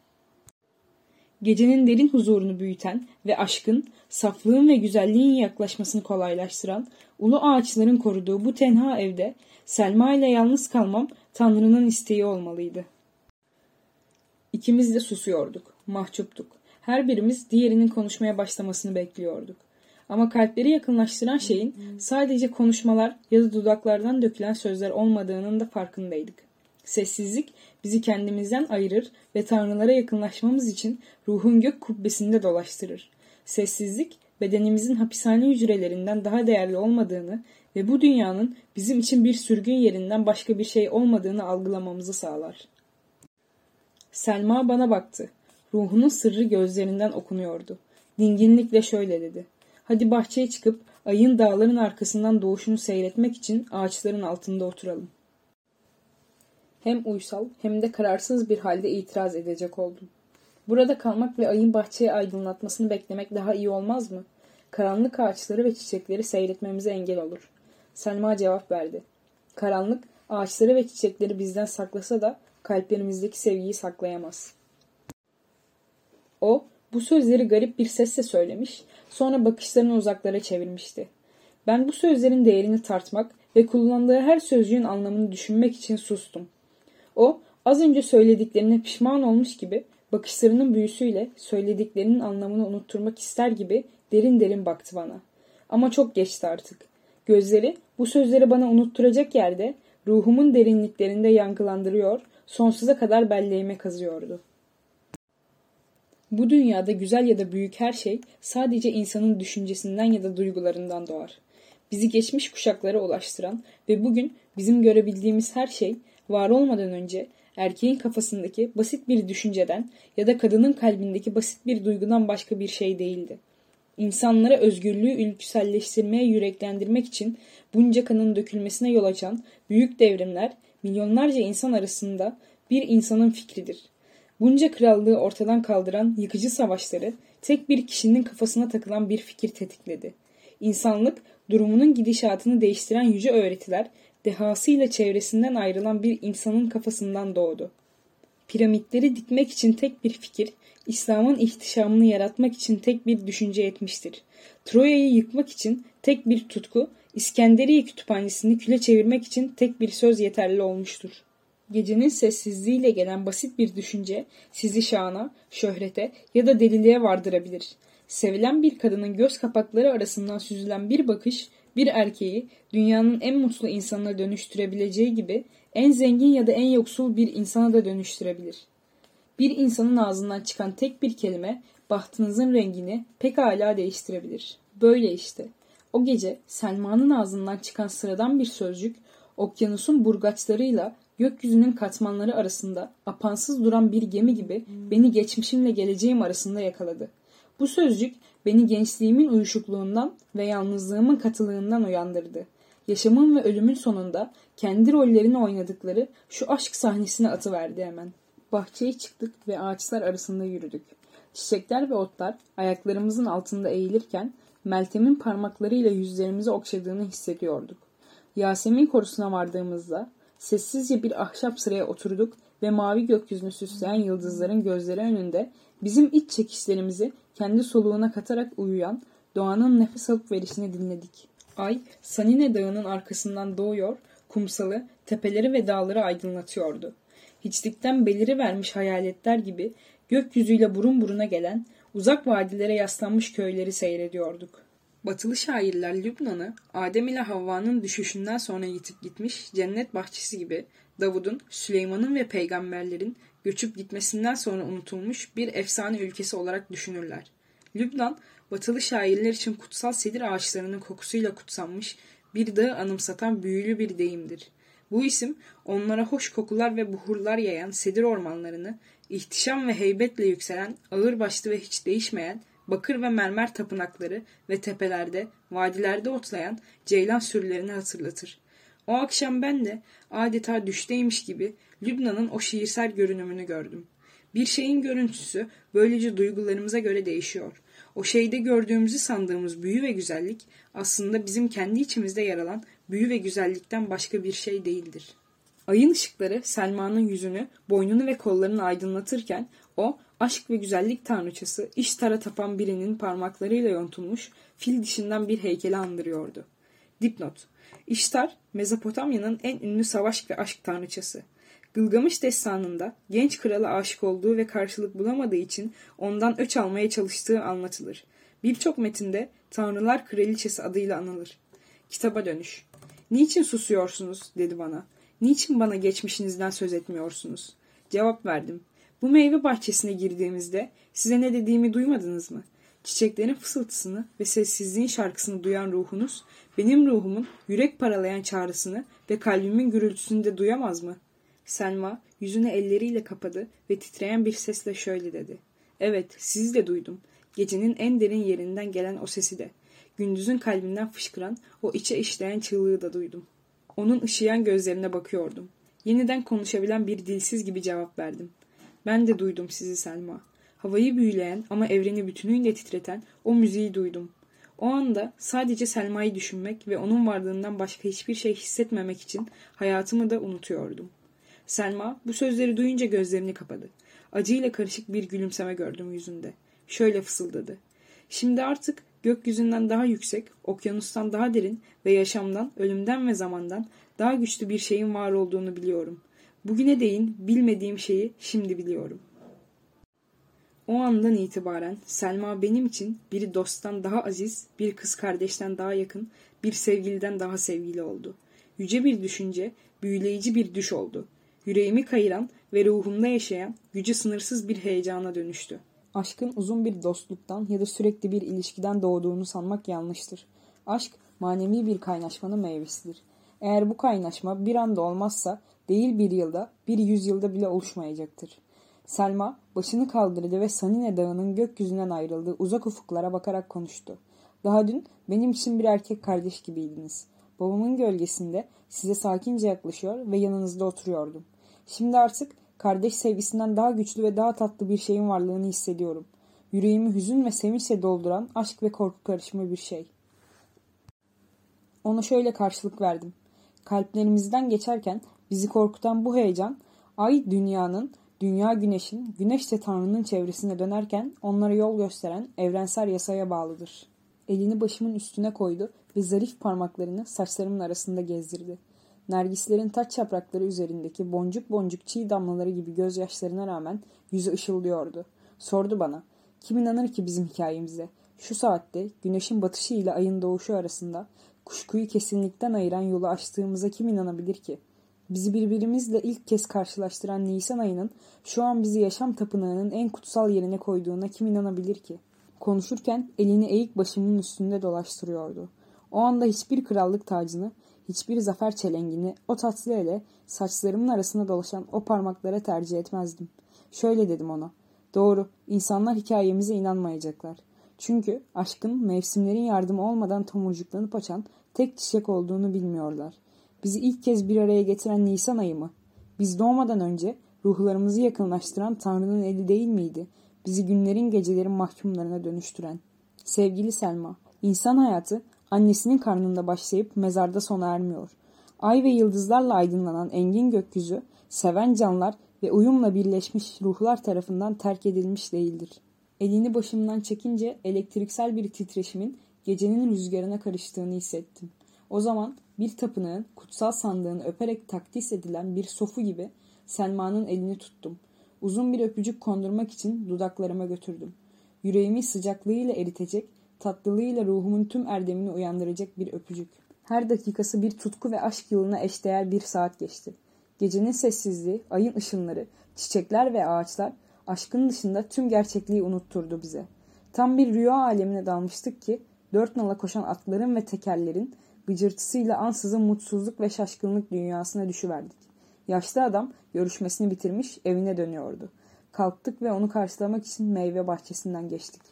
Gecenin derin huzurunu büyüten ve aşkın, saflığın ve güzelliğin yaklaşmasını kolaylaştıran, ulu ağaçların koruduğu bu tenha evde Selma ile yalnız kalmam Tanrı'nın isteği olmalıydı. İkimiz de susuyorduk, mahcuptuk. Her birimiz diğerinin konuşmaya başlamasını bekliyorduk. Ama kalpleri yakınlaştıran şeyin sadece konuşmalar ya da dudaklardan dökülen sözler olmadığının da farkındaydık. Sessizlik bizi kendimizden ayırır ve tanrılara yakınlaşmamız için ruhun gök kubbesinde dolaştırır. Sessizlik bedenimizin hapishane hücrelerinden daha değerli olmadığını ve bu dünyanın bizim için bir sürgün yerinden başka bir şey olmadığını algılamamızı sağlar. Selma bana baktı. Ruhunun sırrı gözlerinden okunuyordu. Dinginlikle şöyle dedi. "Hadi bahçeye çıkıp ayın dağların arkasından doğuşunu seyretmek için ağaçların altında oturalım." Hem uysal hem de kararsız bir halde itiraz edecek oldum. "Burada kalmak ve ayın bahçeyi aydınlatmasını beklemek daha iyi olmaz mı? Karanlık ağaçları ve çiçekleri seyretmemize engel olur." Selma cevap verdi. "Karanlık ağaçları ve çiçekleri bizden saklasa da kalplerimizdeki sevgiyi saklayamaz." O bu sözleri garip bir sesle söylemiş, sonra bakışlarını uzaklara çevirmişti. Ben bu sözlerin değerini tartmak ve kullandığı her sözcüğün anlamını düşünmek için sustum. O az önce söylediklerine pişman olmuş gibi bakışlarının büyüsüyle söylediklerinin anlamını unutturmak ister gibi derin derin baktı bana. Ama çok geçti artık. Gözleri bu sözleri bana unutturacak yerde ruhumun derinliklerinde yankılandırıyor, sonsuza kadar belleğime kazıyordu. Bu dünyada güzel ya da büyük her şey sadece insanın düşüncesinden ya da duygularından doğar. Bizi geçmiş kuşaklara ulaştıran ve bugün bizim görebildiğimiz her şey var olmadan önce erkeğin kafasındaki basit bir düşünceden ya da kadının kalbindeki basit bir duygudan başka bir şey değildi. İnsanlara özgürlüğü ülküselleştirmeye yüreklendirmek için bunca kanın dökülmesine yol açan büyük devrimler milyonlarca insan arasında bir insanın fikridir. Bunca krallığı ortadan kaldıran yıkıcı savaşları tek bir kişinin kafasına takılan bir fikir tetikledi. İnsanlık durumunun gidişatını değiştiren yüce öğretiler dehasıyla çevresinden ayrılan bir insanın kafasından doğdu. Piramitleri dikmek için tek bir fikir, İslam'ın ihtişamını yaratmak için tek bir düşünce yetmiştir. Troya'yı yıkmak için tek bir tutku, İskenderiye kütüphanesini küle çevirmek için tek bir söz yeterli olmuştur. Gecenin sessizliğiyle gelen basit bir düşünce sizi şana, şöhrete ya da deliliğe vardırabilir. Sevilen bir kadının göz kapakları arasından süzülen bir bakış, bir erkeği dünyanın en mutlu insanına dönüştürebileceği gibi en zengin ya da en yoksul bir insana da dönüştürebilir. Bir insanın ağzından çıkan tek bir kelime bahtınızın rengini pekala değiştirebilir. Böyle işte. O gece Selma'nın ağzından çıkan sıradan bir sözcük, okyanusun burgaçlarıyla gökyüzünün katmanları arasında apansız duran bir gemi gibi beni geçmişimle geleceğim arasında yakaladı. Bu sözcük beni gençliğimin uyuşukluğundan ve yalnızlığımın katılığından uyandırdı. Yaşamın ve ölümün sonunda kendi rollerini oynadıkları şu aşk sahnesine atıverdi hemen. Bahçeye çıktık ve ağaçlar arasında yürüdük. Çiçekler ve otlar ayaklarımızın altında eğilirken Meltem'in parmaklarıyla yüzlerimizi okşadığını hissediyorduk. Yasemin korusuna vardığımızda sessizce bir ahşap sıraya oturduk ve mavi gökyüzünü süsleyen yıldızların gözleri önünde bizim iç çekişlerimizi kendi soluğuna katarak uyuyan doğanın nefes alıp verişini dinledik. Ay, Sanine Dağı'nın arkasından doğuyor, kumsalı, tepeleri ve dağları aydınlatıyordu. Hiçlikten belirivermiş hayaletler gibi gökyüzüyle burun buruna gelen, uzak vadilere yaslanmış köyleri seyrediyorduk. Batılı şairler Lübnan'ı Adem ile Havva'nın düşüşünden sonra yitip gitmiş cennet bahçesi gibi, Davud'un, Süleyman'ın ve peygamberlerin göçüp gitmesinden sonra unutulmuş bir efsane ülkesi olarak düşünürler. Lübnan, Batılı şairler için kutsal sedir ağaçlarının kokusuyla kutsanmış bir dağı anımsatan büyülü bir deyimdir. Bu isim onlara hoş kokular ve buhurlar yayan sedir ormanlarını, ihtişam ve heybetle yükselen ağırbaşlı ve hiç değişmeyen bakır ve mermer tapınakları ve tepelerde, vadilerde otlayan ceylan sürülerini hatırlatır. O akşam ben de adeta düşteymiş gibi Lübnan'ın o şiirsel görünümünü gördüm. Bir şeyin görüntüsü böylece duygularımıza göre değişiyor. O şeyde gördüğümüzü sandığımız büyü ve güzellik aslında bizim kendi içimizde yer alan büyü ve güzellikten başka bir şey değildir. Ayın ışıkları Selma'nın yüzünü, boynunu ve kollarını aydınlatırken o aşk ve güzellik tanrıçası İştar'a tapan birinin parmaklarıyla yontulmuş fil dişinden bir heykeli andırıyordu. Dipnot: İştar, Mezopotamya'nın en ünlü savaş ve aşk tanrıçası. Gılgamış destanında genç krala aşık olduğu ve karşılık bulamadığı için ondan öç almaya çalıştığı anlatılır. Birçok metinde Tanrılar Kraliçesi adıyla anılır. Kitaba dönüş. "Niçin susuyorsunuz?" dedi bana. "Niçin bana geçmişinizden söz etmiyorsunuz?" Cevap verdim. "Bu meyve bahçesine girdiğimizde size ne dediğimi duymadınız mı? Çiçeklerin fısıltısını ve sessizliğin şarkısını duyan ruhunuz, benim ruhumun yürek paralayan çağrısını ve kalbimin gürültüsünü de duyamaz mı?" Selma yüzünü elleriyle kapadı ve titreyen bir sesle şöyle dedi. "Evet, sizi de duydum. Gecenin en derin yerinden gelen o sesi de. Gündüzün kalbinden fışkıran o içe işleyen çığlığı da duydum." Onun ışıyan gözlerine bakıyordum. Yeniden konuşabilen bir dilsiz gibi cevap verdim. "Ben de duydum sizi Selma. Havayı büyüleyen ama evreni bütünüyle titreten o müziği duydum. O anda sadece Selma'yı düşünmek ve onun varlığından başka hiçbir şey hissetmemek için hayatımı da unutuyordum." Selma bu sözleri duyunca gözlerini kapadı. Acıyla karışık bir gülümseme gördüm yüzünde. Şöyle fısıldadı. "Şimdi artık gökyüzünden daha yüksek, okyanustan daha derin ve yaşamdan, ölümden ve zamandan daha güçlü bir şeyin var olduğunu biliyorum. Bugüne değin bilmediğim şeyi şimdi biliyorum." O andan itibaren Selma benim için bir dosttan daha aziz, bir kız kardeşten daha yakın, bir sevgiliden daha sevgili oldu. Yüce bir düşünce, büyüleyici bir düş oldu. Yüreğimi kayıran ve ruhumda yaşayan gücü sınırsız bir heyecana dönüştü. Aşkın uzun bir dostluktan ya da sürekli bir ilişkiden doğduğunu sanmak yanlıştır. Aşk, manevi bir kaynaşmanın meyvesidir. Eğer bu kaynaşma bir anda olmazsa, değil bir yılda, bir yüzyılda bile oluşmayacaktır. Selma, başını kaldırdı ve Sanine Dağı'nın gökyüzünden ayrıldığı uzak ufuklara bakarak konuştu. "Daha dün benim için bir erkek kardeş gibiydiniz. Babamın gölgesinde size sakince yaklaşıyor ve yanınızda oturuyordum. Şimdi artık kardeş sevgisinden daha güçlü ve daha tatlı bir şeyin varlığını hissediyorum. Yüreğimi hüzün ve sevinçle dolduran aşk ve korku karışımı bir şey." Ona şöyle karşılık verdim. "Kalplerimizden geçerken bizi korkutan bu heyecan, ay dünyanın, dünya güneşin, güneş de Tanrı'nın çevresine dönerken onlara yol gösteren evrensel yasaya bağlıdır." Elini başımın üstüne koydu ve zarif parmaklarını saçlarımın arasında gezdirdi. Nergislerin taç yaprakları üzerindeki boncuk boncuk çiğ damlaları gibi gözyaşlarına rağmen yüzü ışıldıyordu. Sordu bana, "Kim inanır ki bizim hikayemize? Şu saatte güneşin batışı ile ayın doğuşu arasında kuşkuyu kesinlikten ayıran yolu açtığımıza kim inanabilir ki? Bizi birbirimizle ilk kez karşılaştıran Nisan ayının şu an bizi yaşam tapınağının en kutsal yerine koyduğuna kim inanabilir ki? Konuşurken elini eğik başımın üstünde dolaştırıyordu. O anda hiçbir krallık tacını, hiçbir zafer çelengini o tatlı ele saçlarımın arasında dolaşan o parmaklara tercih etmezdim. Şöyle dedim ona. Doğru, insanlar hikayemize inanmayacaklar. Çünkü aşkın mevsimlerin yardımı olmadan tomurcuklanıp açan tek çiçek olduğunu bilmiyorlar. Bizi ilk kez bir araya getiren Nisan ayı mı? Biz doğmadan önce ruhlarımızı yakınlaştıran Tanrı'nın eli değil miydi? Bizi günlerin gecelerin mahkumlarına dönüştüren. Sevgili Selma, insan hayatı annesinin karnında başlayıp mezarda sona ermiyor. Ay ve yıldızlarla aydınlanan engin gökyüzü, seven canlar ve uyumla birleşmiş ruhlar tarafından terk edilmiş değildir. Elini başımdan çekince elektriksel bir titreşimin gecenin rüzgarına karıştığını hissettim. O zaman bir tapınağın kutsal sandığını öperek takdis edilen bir sofu gibi Selma'nın elini tuttum. Uzun bir öpücük kondurmak için dudaklarıma götürdüm. Yüreğimi sıcaklığıyla eritecek, tatlılığıyla ruhumun tüm erdemini uyandıracak bir öpücük. Her dakikası bir tutku ve aşk yılına eşdeğer bir saat geçti. Gecenin sessizliği, ayın ışınları, çiçekler ve ağaçlar aşkın dışında tüm gerçekliği unutturdu bize. Tam bir rüya alemine dalmıştık ki dört nala koşan atların ve tekerlerin gıcırtısıyla ansızın mutsuzluk ve şaşkınlık dünyasına düşüverdik. Yaşlı adam görüşmesini bitirmiş evine dönüyordu. Kalktık ve onu karşılamak için meyve bahçesinden geçtik.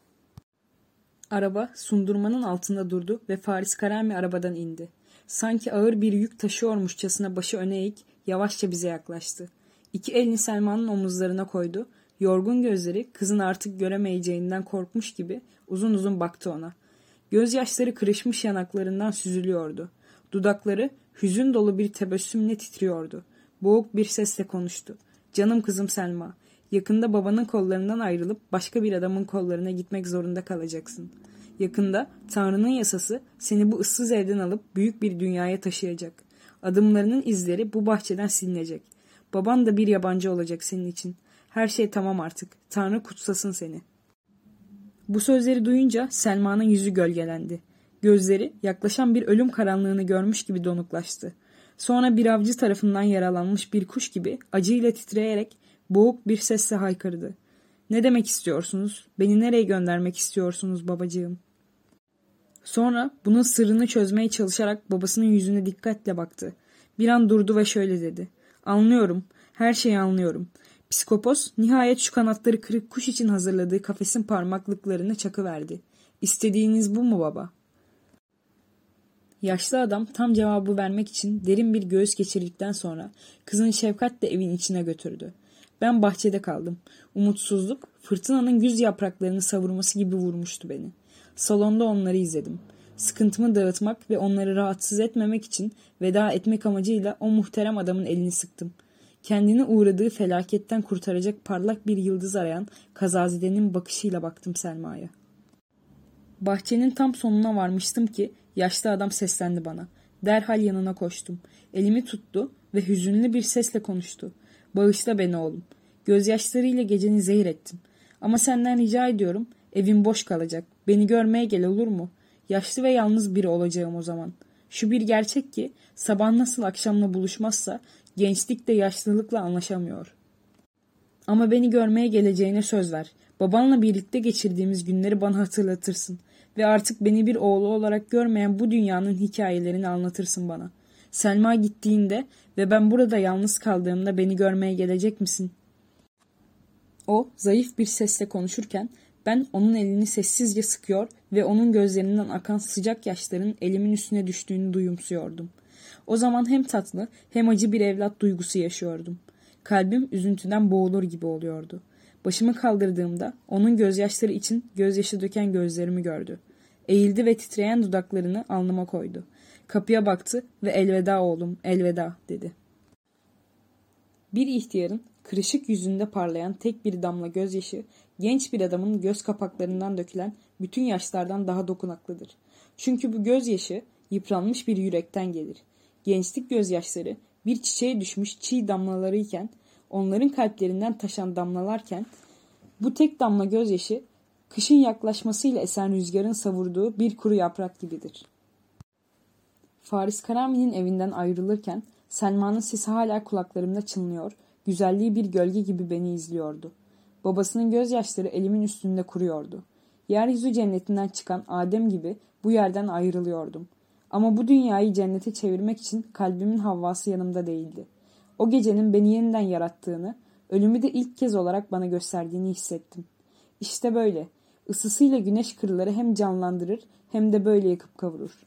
Araba sundurmanın altında durdu ve Faris Karami arabadan indi. Sanki ağır bir yük taşıyormuşçasına başı öne eğik yavaşça bize yaklaştı. İki elini Selma'nın omuzlarına koydu. Yorgun gözleri kızın artık göremeyeceğinden korkmuş gibi uzun uzun baktı ona. Gözyaşları kırışmış yanaklarından süzülüyordu. Dudakları hüzün dolu bir tebessümle titriyordu. Boğuk bir sesle konuştu. Canım kızım Selma, yakında babanın kollarından ayrılıp başka bir adamın kollarına gitmek zorunda kalacaksın. Yakında Tanrı'nın yasası seni bu ıssız evden alıp büyük bir dünyaya taşıyacak. Adımlarının izleri bu bahçeden silinecek. Baban da bir yabancı olacak senin için. Her şey tamam artık. Tanrı kutsasın seni. Bu sözleri duyunca Selma'nın yüzü gölgelendi. Gözleri yaklaşan bir ölüm karanlığını görmüş gibi donuklaştı. Sonra bir avcı tarafından yaralanmış bir kuş gibi acıyla titreyerek boğuk bir sesle haykırdı. Ne demek istiyorsunuz? Beni nereye göndermek istiyorsunuz babacığım? Sonra bunun sırrını çözmeye çalışarak babasının yüzüne dikkatle baktı. Bir an durdu ve şöyle dedi. Anlıyorum, her şeyi anlıyorum. Psikopos nihayet şu kanatları kırık kuş için hazırladığı kafesin parmaklıklarını çakıverdi. İstediğiniz bu mu baba? Yaşlı adam tam cevabı vermek için derin bir göğüs geçirdikten sonra kızını şefkatle evin içine götürdü. Ben bahçede kaldım. Umutsuzluk fırtınanın güz yapraklarını savurması gibi vurmuştu beni. Salonda onları izledim. Sıkıntımı dağıtmak ve onları rahatsız etmemek için veda etmek amacıyla o muhterem adamın elini sıktım. Kendini uğradığı felaketten kurtaracak parlak bir yıldız arayan kazazidenin bakışıyla baktım Selma'ya. Bahçenin tam sonuna varmıştım ki yaşlı adam seslendi bana. Derhal yanına koştum. Elimi tuttu ve hüzünlü bir sesle konuştu. Bağışla beni oğlum. Gözyaşlarıyla geceni zehir ettim. Ama senden rica ediyorum, evin boş kalacak. Beni görmeye gel olur mu? Yaşlı ve yalnız biri olacağım o zaman. Şu bir gerçek ki sabah nasıl akşamla buluşmazsa gençlik de yaşlılıkla anlaşamıyor. Ama beni görmeye geleceğine söz ver. Babanla birlikte geçirdiğimiz günleri bana hatırlatırsın. Ve artık beni bir oğlu olarak görmeyen bu dünyanın hikayelerini anlatırsın bana. Selma gittiğinde ve ben burada yalnız kaldığımda beni görmeye gelecek misin? O zayıf bir sesle konuşurken ben onun elini sessizce sıkıyor ve onun gözlerinden akan sıcak yaşların elimin üstüne düştüğünü duyumsuyordum. O zaman hem tatlı hem acı bir evlat duygusu yaşıyordum. Kalbim üzüntüden boğulur gibi oluyordu. Başımı kaldırdığımda onun gözyaşları için gözyaşı döken gözlerimi gördü. Eğildi ve titreyen dudaklarını alnıma koydu. Kapıya baktı ve elveda oğlum, elveda dedi. Bir ihtiyarın kırışık yüzünde parlayan tek bir damla gözyaşı, genç bir adamın göz kapaklarından dökülen bütün yaşlardan daha dokunaklıdır. Çünkü bu gözyaşı yıpranmış bir yürekten gelir. Gençlik gözyaşları bir çiçeğe düşmüş çiğ damlalarıyken, onların kalplerinden taşan damlalarken, bu tek damla gözyaşı kışın yaklaşmasıyla esen rüzgarın savurduğu bir kuru yaprak gibidir. Faris Karami'nin evinden ayrılırken Selma'nın sesi hala kulaklarımda çınlıyor, güzelliği bir gölge gibi beni izliyordu. Babasının gözyaşları elimin üstünde kuruyordu. Yeryüzü cennetinden çıkan Adem gibi bu yerden ayrılıyordum. Ama bu dünyayı cennete çevirmek için kalbimin Havvası yanımda değildi. O gecenin beni yeniden yarattığını, ölümü de ilk kez olarak bana gösterdiğini hissettim. İşte böyle, ısısıyla güneş kırları hem canlandırır hem de böyle yakıp kavurur.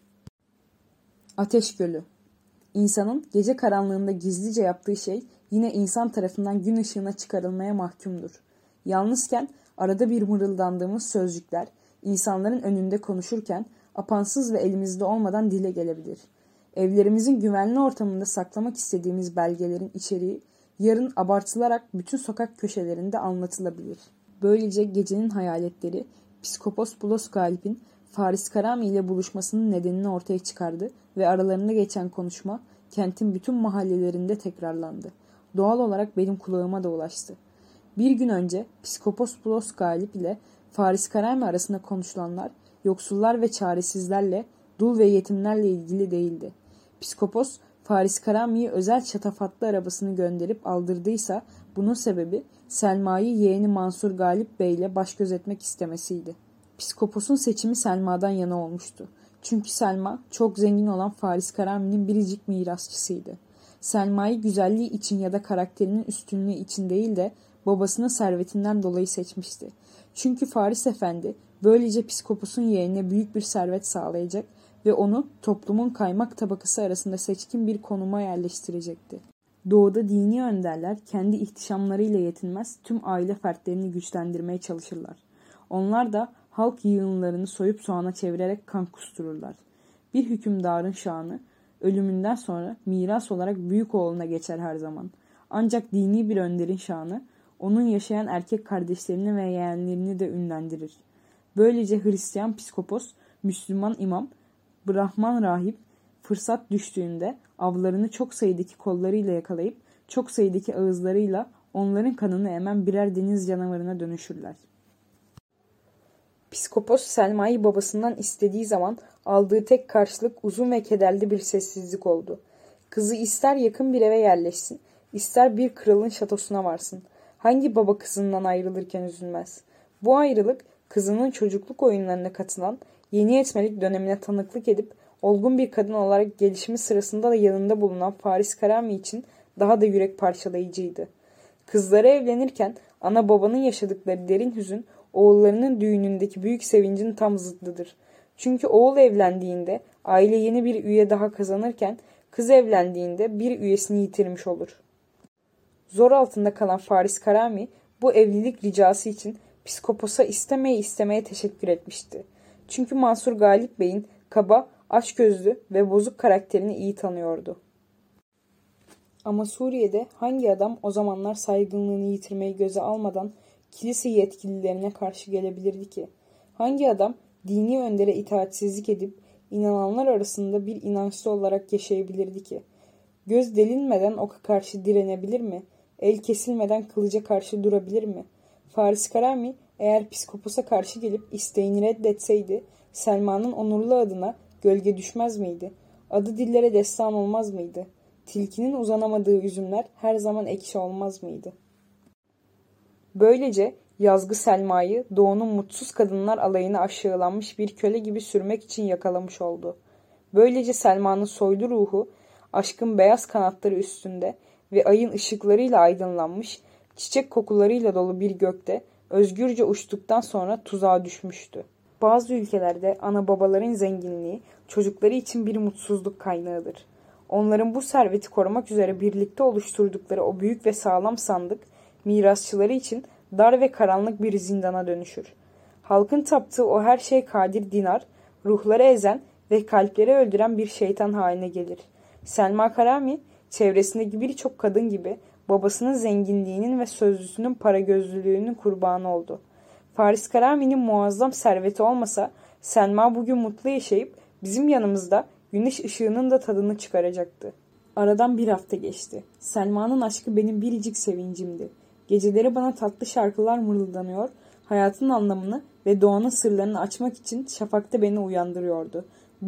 Ateş Gölü. İnsanın gece karanlığında gizlice yaptığı şey yine insan tarafından gün ışığına çıkarılmaya mahkumdur. Yalnızken arada bir mırıldandığımız sözcükler, insanların önünde konuşurken apansız ve elimizde olmadan dile gelebilir. Evlerimizin güvenli ortamında saklamak istediğimiz belgelerin içeriği yarın abartılarak bütün sokak köşelerinde anlatılabilir. Böylece gecenin hayaletleri Psikopos Bulos Galip'in Faris Karami ile buluşmasının nedenini ortaya çıkardı ve aralarında geçen konuşma kentin bütün mahallelerinde tekrarlandı. Doğal olarak benim kulağıma da ulaştı. Bir gün önce Psikopos Bulos Galip ile Faris Karami arasında konuşulanlar yoksullar ve çaresizlerle, dul ve yetimlerle ilgili değildi. Psikopos, Faris Karami'yi özel şatafatlı arabasını gönderip aldırdıysa bunun sebebi Selma'yı yeğeni Mansur Galip Bey ile baş gözetmek istemesiydi. Psikopos'un seçimi Selma'dan yana olmuştu. Çünkü Selma çok zengin olan Faris Karami'nin biricik mirasçısıydı. Selma'yı güzelliği için ya da karakterinin üstünlüğü için değil de babasının servetinden dolayı seçmişti. Çünkü Faris Efendi böylece Psikopos'un yeğenine büyük bir servet sağlayacak ve onu toplumun kaymak tabakası arasında seçkin bir konuma yerleştirecekti. Doğuda dini önderler kendi ihtişamlarıyla yetinmez, tüm aile fertlerini güçlendirmeye çalışırlar. Onlar da halk yığınlarını soyup soğana çevirerek kan kustururlar. Bir hükümdarın şanı ölümünden sonra miras olarak büyük oğluna geçer her zaman. Ancak dini bir önderin şanı onun yaşayan erkek kardeşlerini ve yeğenlerini de ünlendirir. Böylece Hristiyan psikopos, Müslüman imam, Brahman rahip fırsat düştüğünde avlarını çok sayıdaki kollarıyla yakalayıp çok sayıdaki ağızlarıyla onların kanını emen birer deniz canavarına dönüşürler. Psikopos Selma'yı babasından istediği zaman aldığı tek karşılık uzun ve kederli bir sessizlik oldu. Kızı ister yakın bir eve yerleşsin, ister bir kralın şatosuna varsın. Hangi baba kızından ayrılırken üzülmez? Bu ayrılık kızının çocukluk oyunlarına katılan, yeni yetmelik dönemine tanıklık edip olgun bir kadın olarak gelişimi sırasında da yanında bulunan Faris Karami için daha da yürek parçalayıcıydı. Kızları evlenirken ana babanın yaşadıkları derin hüzün oğullarının düğünündeki büyük sevincin tam zıddıdır. Çünkü oğul evlendiğinde aile yeni bir üye daha kazanırken kız evlendiğinde bir üyesini yitirmiş olur. Zor altında kalan Faris Karami bu evlilik ricası için Psikopos'a istemeye teşekkür etmişti. Çünkü Mansur Galip Bey'in kaba, açgözlü ve bozuk karakterini iyi tanıyordu. Ama Suriye'de hangi adam o zamanlar saygınlığını yitirmeyi göze almadan kilise yetkililerine karşı gelebilirdi ki? Hangi adam dini öndere itaatsizlik edip inananlar arasında bir inançlı olarak yaşayabilirdi ki? Göz delinmeden oka karşı direnebilir mi? El kesilmeden kılıca karşı durabilir mi? Faris Karami eğer Psikopos'a karşı gelip isteğini reddetseydi Selma'nın onurlu adına gölge düşmez miydi? Adı dillere destan olmaz mıydı? Tilkinin uzanamadığı üzümler her zaman ekşi olmaz mıydı? Böylece yazgı Selma'yı doğunun mutsuz kadınlar alayına aşağılanmış bir köle gibi sürmek için yakalamış oldu. Böylece Selma'nın soylu ruhu aşkın beyaz kanatları üstünde ve ayın ışıklarıyla aydınlanmış, çiçek kokularıyla dolu bir gökte özgürce uçtuktan sonra tuzağa düşmüştü. Bazı ülkelerde ana babaların zenginliği çocukları için bir mutsuzluk kaynağıdır. Onların bu serveti korumak üzere birlikte oluşturdukları o büyük ve sağlam sandık mirasçıları için dar ve karanlık bir zindana dönüşür. Halkın taptığı o her şeye kadir dinar, ruhları ezen ve kalpleri öldüren bir şeytan haline gelir. Selma Karami, çevresindeki birçok kadın gibi babasının zenginliğinin ve sözlüsünün paragözlülüğünün kurbanı oldu. Faris Karami'nin muazzam serveti olmasa Selma bugün mutlu yaşayıp bizim yanımızda güneş ışığının da tadını çıkaracaktı. Aradan bir hafta geçti. Selma'nın aşkı benim biricik sevincimdi. Geceleri bana tatlı şarkılar mırıldanıyor, hayatın anlamını ve doğanın sırlarını açmak için şafakta beni uyandırıyordu. Bu,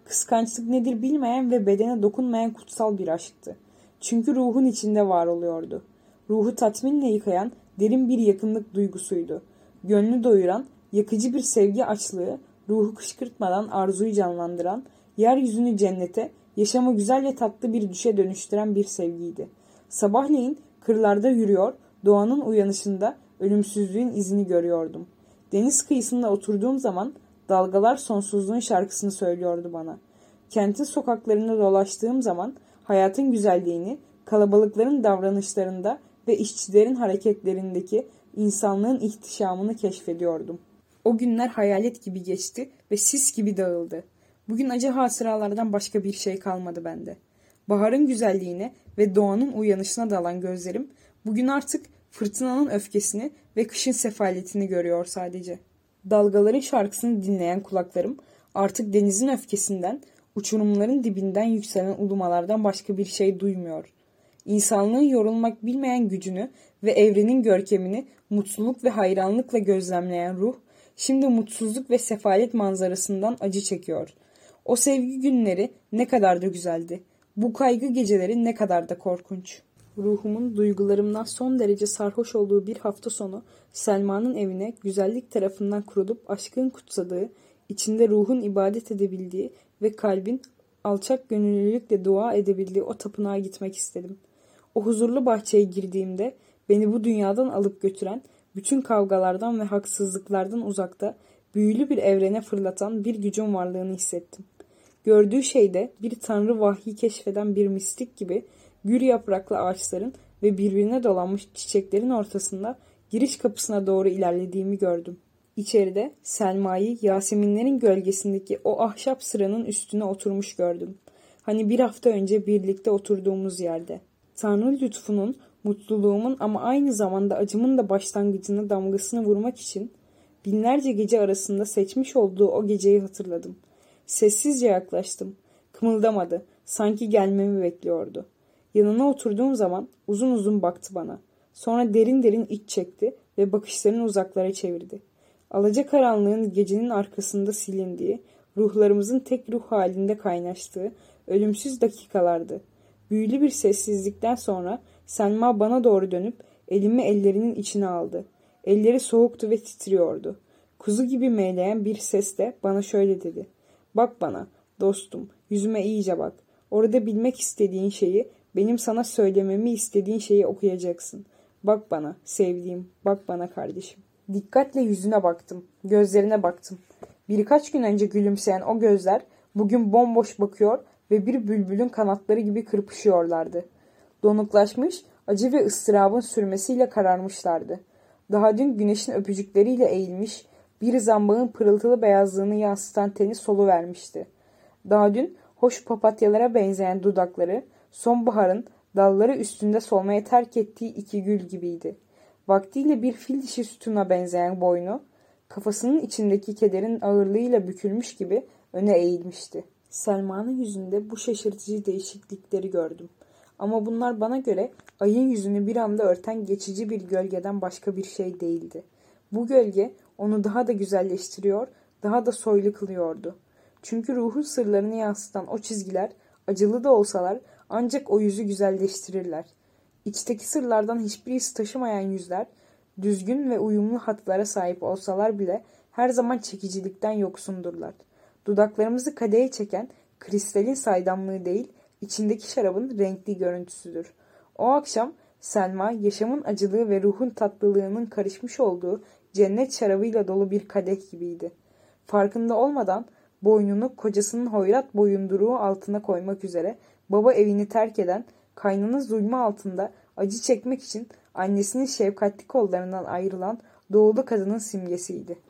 Kıskançlık nedir bilmeyen ve bedene dokunmayan kutsal bir aşktı. Çünkü ruhun içinde var oluyordu. Ruhu tatminle yıkayan derin bir yakınlık duygusuydu. Gönlü doyuran, yakıcı bir sevgi açlığı, ruhu kışkırtmadan arzuyu canlandıran, yeryüzünü cennete, yaşamı güzel ve tatlı bir düşe dönüştüren bir sevgiydi. Sabahleyin kırlarda yürüyor, doğanın uyanışında ölümsüzlüğün izini görüyordum. Deniz kıyısında oturduğum zaman dalgalar sonsuzluğun şarkısını söylüyordu bana. Kentin sokaklarında dolaştığım zaman hayatın güzelliğini, kalabalıkların davranışlarında ve işçilerin hareketlerindeki insanlığın ihtişamını keşfediyordum. O günler hayalet gibi geçti ve sis gibi dağıldı. Bugün acı hatıralardan başka bir şey kalmadı bende. Baharın güzelliğine ve doğanın uyanışına dalan gözlerim bugün artık fırtınanın öfkesini ve kışın sefaletini görüyor sadece. Dalgaların şarkısını dinleyen kulaklarım artık denizin öfkesinden, uçurumların dibinden yükselen ulumalardan başka bir şey duymuyor. İnsanlığın yorulmak bilmeyen gücünü ve evrenin görkemini mutluluk ve hayranlıkla gözlemleyen ruh, şimdi mutsuzluk ve sefalet manzarasından acı çekiyor. O sevgi günleri ne kadar da güzeldi. Bu kaygı geceleri ne kadar da korkunç. Ruhumun duygularımdan son derece sarhoş olduğu bir hafta sonu Selma'nın evine güzellik tarafından kurulup aşkın kutsadığı, içinde ruhun ibadet edebildiği ve kalbin alçak gönüllülükle dua edebildiği o tapınağa gitmek istedim. O huzurlu bahçeye girdiğimde beni bu dünyadan alıp götüren, bütün kavgalardan ve haksızlıklardan uzakta, büyülü bir evrene fırlatan bir gücün varlığını hissettim. Gördüğü şeyde bir tanrı vahyi keşfeden bir mistik gibi gür yapraklı ağaçların ve birbirine dolanmış çiçeklerin ortasında giriş kapısına doğru ilerlediğimi gördüm. İçeride Selma'yı Yaseminlerin gölgesindeki o ahşap sıranın üstüne oturmuş gördüm. Hani bir hafta önce birlikte oturduğumuz yerde. Tanrı lütfunun, mutluluğumun ama aynı zamanda acımın da başlangıcına damgasını vurmak için binlerce gece arasında seçmiş olduğu o geceyi hatırladım. Sessizce yaklaştım. Kımıldamadı. Sanki gelmemi bekliyordu. Yanına oturduğum zaman uzun uzun baktı bana. Sonra derin derin iç çekti ve bakışlarını uzaklara çevirdi. Alacakaranlığın gecenin arkasında silindiği, ruhlarımızın tek ruh halinde kaynaştığı ölümsüz dakikalardı. Büyülü bir sessizlikten sonra Selma bana doğru dönüp elimi ellerinin içine aldı. Elleri soğuktu ve titriyordu. Kuzu gibi meyleyen bir sesle bana şöyle dedi. Bak bana, dostum, yüzüme iyice bak. Orada bilmek istediğin şeyi, benim sana söylememi istediğin şeyi okuyacaksın. Bak bana, sevdiğim, bak bana kardeşim. Dikkatle yüzüne baktım, gözlerine baktım. Birkaç gün önce gülümseyen o gözler bugün bomboş bakıyor ve bir bülbülün kanatları gibi kırpışıyorlardı. Donuklaşmış, acı ve ıstırabın sürmesiyle kararmışlardı. Daha dün güneşin öpücükleriyle eğilmiş, bir zambağın pırıltılı beyazlığını yansıtan teni soluvermişti. Daha dün hoş papatyalara benzeyen dudakları, sonbaharın dalları üstünde solmaya terk ettiği iki gül gibiydi. Vaktiyle bir fil dişi sütuna benzeyen boynu, kafasının içindeki kederin ağırlığıyla bükülmüş gibi öne eğilmişti. Selma'nın yüzünde bu şaşırtıcı değişiklikleri gördüm. Ama bunlar bana göre ayın yüzünü bir anda örten geçici bir gölgeden başka bir şey değildi. Bu gölge onu daha da güzelleştiriyor, daha da soylu kılıyordu. Çünkü ruhun sırlarını yansıtan o çizgiler, acılı da olsalar ancak o yüzü güzelleştirirler. İçteki sırlardan hiçbir iz taşımayan yüzler, düzgün ve uyumlu hatlara sahip olsalar bile her zaman çekicilikten yoksundurlar. Dudaklarımızı kadeye çeken kristalin saydamlığı değil, içindeki şarabın renkli görüntüsüdür. O akşam Selma, yaşamın acılığı ve ruhun tatlılığının karışmış olduğu cennet şarabıyla dolu bir kadeh gibiydi. Farkında olmadan boynunu kocasının hoyrat boyunduruğu altına koymak üzere baba evini terk eden, kaynana zulmü altında acı çekmek için annesinin şefkatli kollarından ayrılan doğulu kadının simgesiydi.